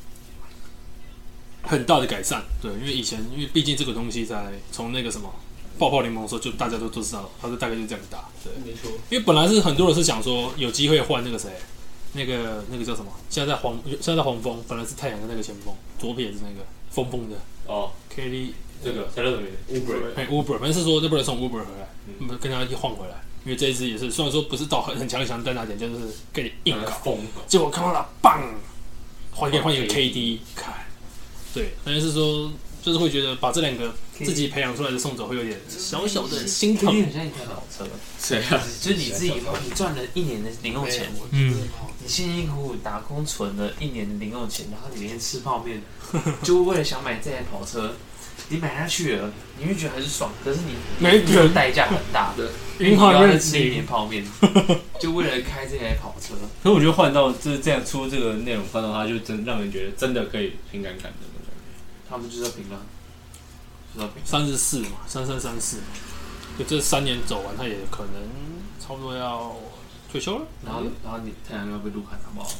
很大的改善，对，因为毕竟这个东西从那个什么。泡泡联盟的时候，就大家都知道，他就大概就这样打，对， 没错。 因为本来是很多人是想说有机会换那个谁，那个叫什么？现在在黄蜂，本来是太阳的那个前锋，左撇子那个疯的哦 ，KD 这个才叫什么 ？Uber， 反正是说这不能送 Uber 回来，跟他一换回来，因为这一支也是虽然说不是到很强的单打点，就是跟你硬搞，结果看到他棒，换一个 KD， 看，对，但是说。就是会觉得把这两个自己培养出来的送走，会有点小小的心疼。 很像一台跑车，谁啊？就是你自己，你赚了1年的零用钱，你辛辛苦苦打工存了1年的零用钱，然后你每天吃泡面，就为了想买这台跑车，你买下去了，你会觉得还是爽，可是你代价很大的， 银行要吃1年泡面，就为了开这台跑车。 可是我觉得换到就是这样出这个内容，换到它就真让人觉得真的可以平感的。 他们就是要平啊 ，34嘛，3334嘛，就这3年走完，他也可能差不多要退休了。 然后你太阳要被路砍好不好？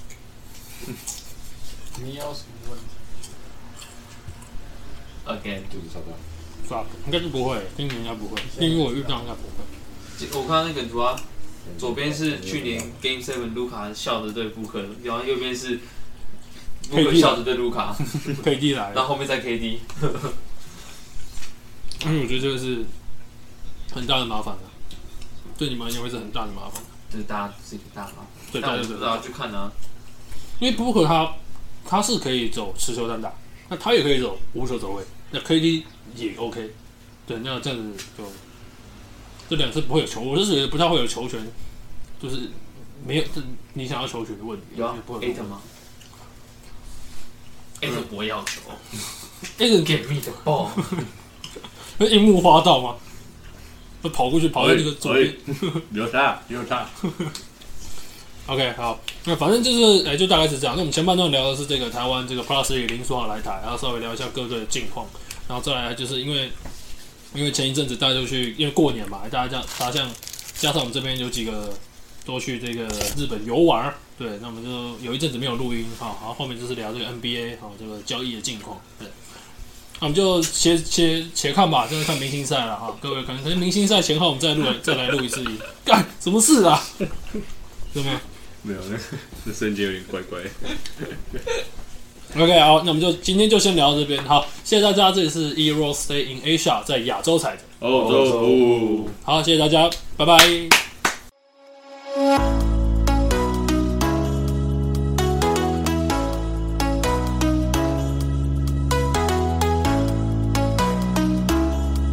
你要什么问题 ？Again， 就是差不多。 应该是不会，今年应该不会，因为我遇到应该不会。 我看到那个图啊，左边是去年 Game 7卢卡笑着对布克，然后右边是。布克笑着对卢卡 ，KD 来了， 然后后面再 KD， 因为我觉得这个是很大的麻烦了，对你们而言会是很大的麻烦。 对大家是一个大麻烦。 对， 但我不知道去看啊， 因为布克他是可以走持球单打，那他也可以走无球走位，那 KD 也 OK， 对，那这样子就这两次不会有球，我是觉得不太会有球权，就是没有你想要球权的问题。 有啊 ，8 吗？我要球 ，Give me the ball。 那樱木花道吗？他跑过去，跑在那个左边， 有他。 OK， 好，那反正就是就大概是这样。那我们前半段聊的是这个台湾这个 Plus 也林书豪来台，然后稍微聊一下各队的近况，然后再来就是因为前一阵子大家就去，因为过年嘛，大家加上我们这边有几个都去这个日本游玩。对，那我们就有一阵子没有录音哈，然后后面就是聊这个 NBA 哈，这个交易的近况。对，那我们就且看吧，就是看明星赛了哈。各位可能明星赛前后我们再来录一次音，干什么事啊？有没有？ 没有，那瞬间有点怪怪。 OK， 好，那我们就今天就先聊到这边。好，谢谢大家，这里是 Euro Stay in Asia， 在亚洲踩着。 欧洲。 好，谢谢大家，拜拜。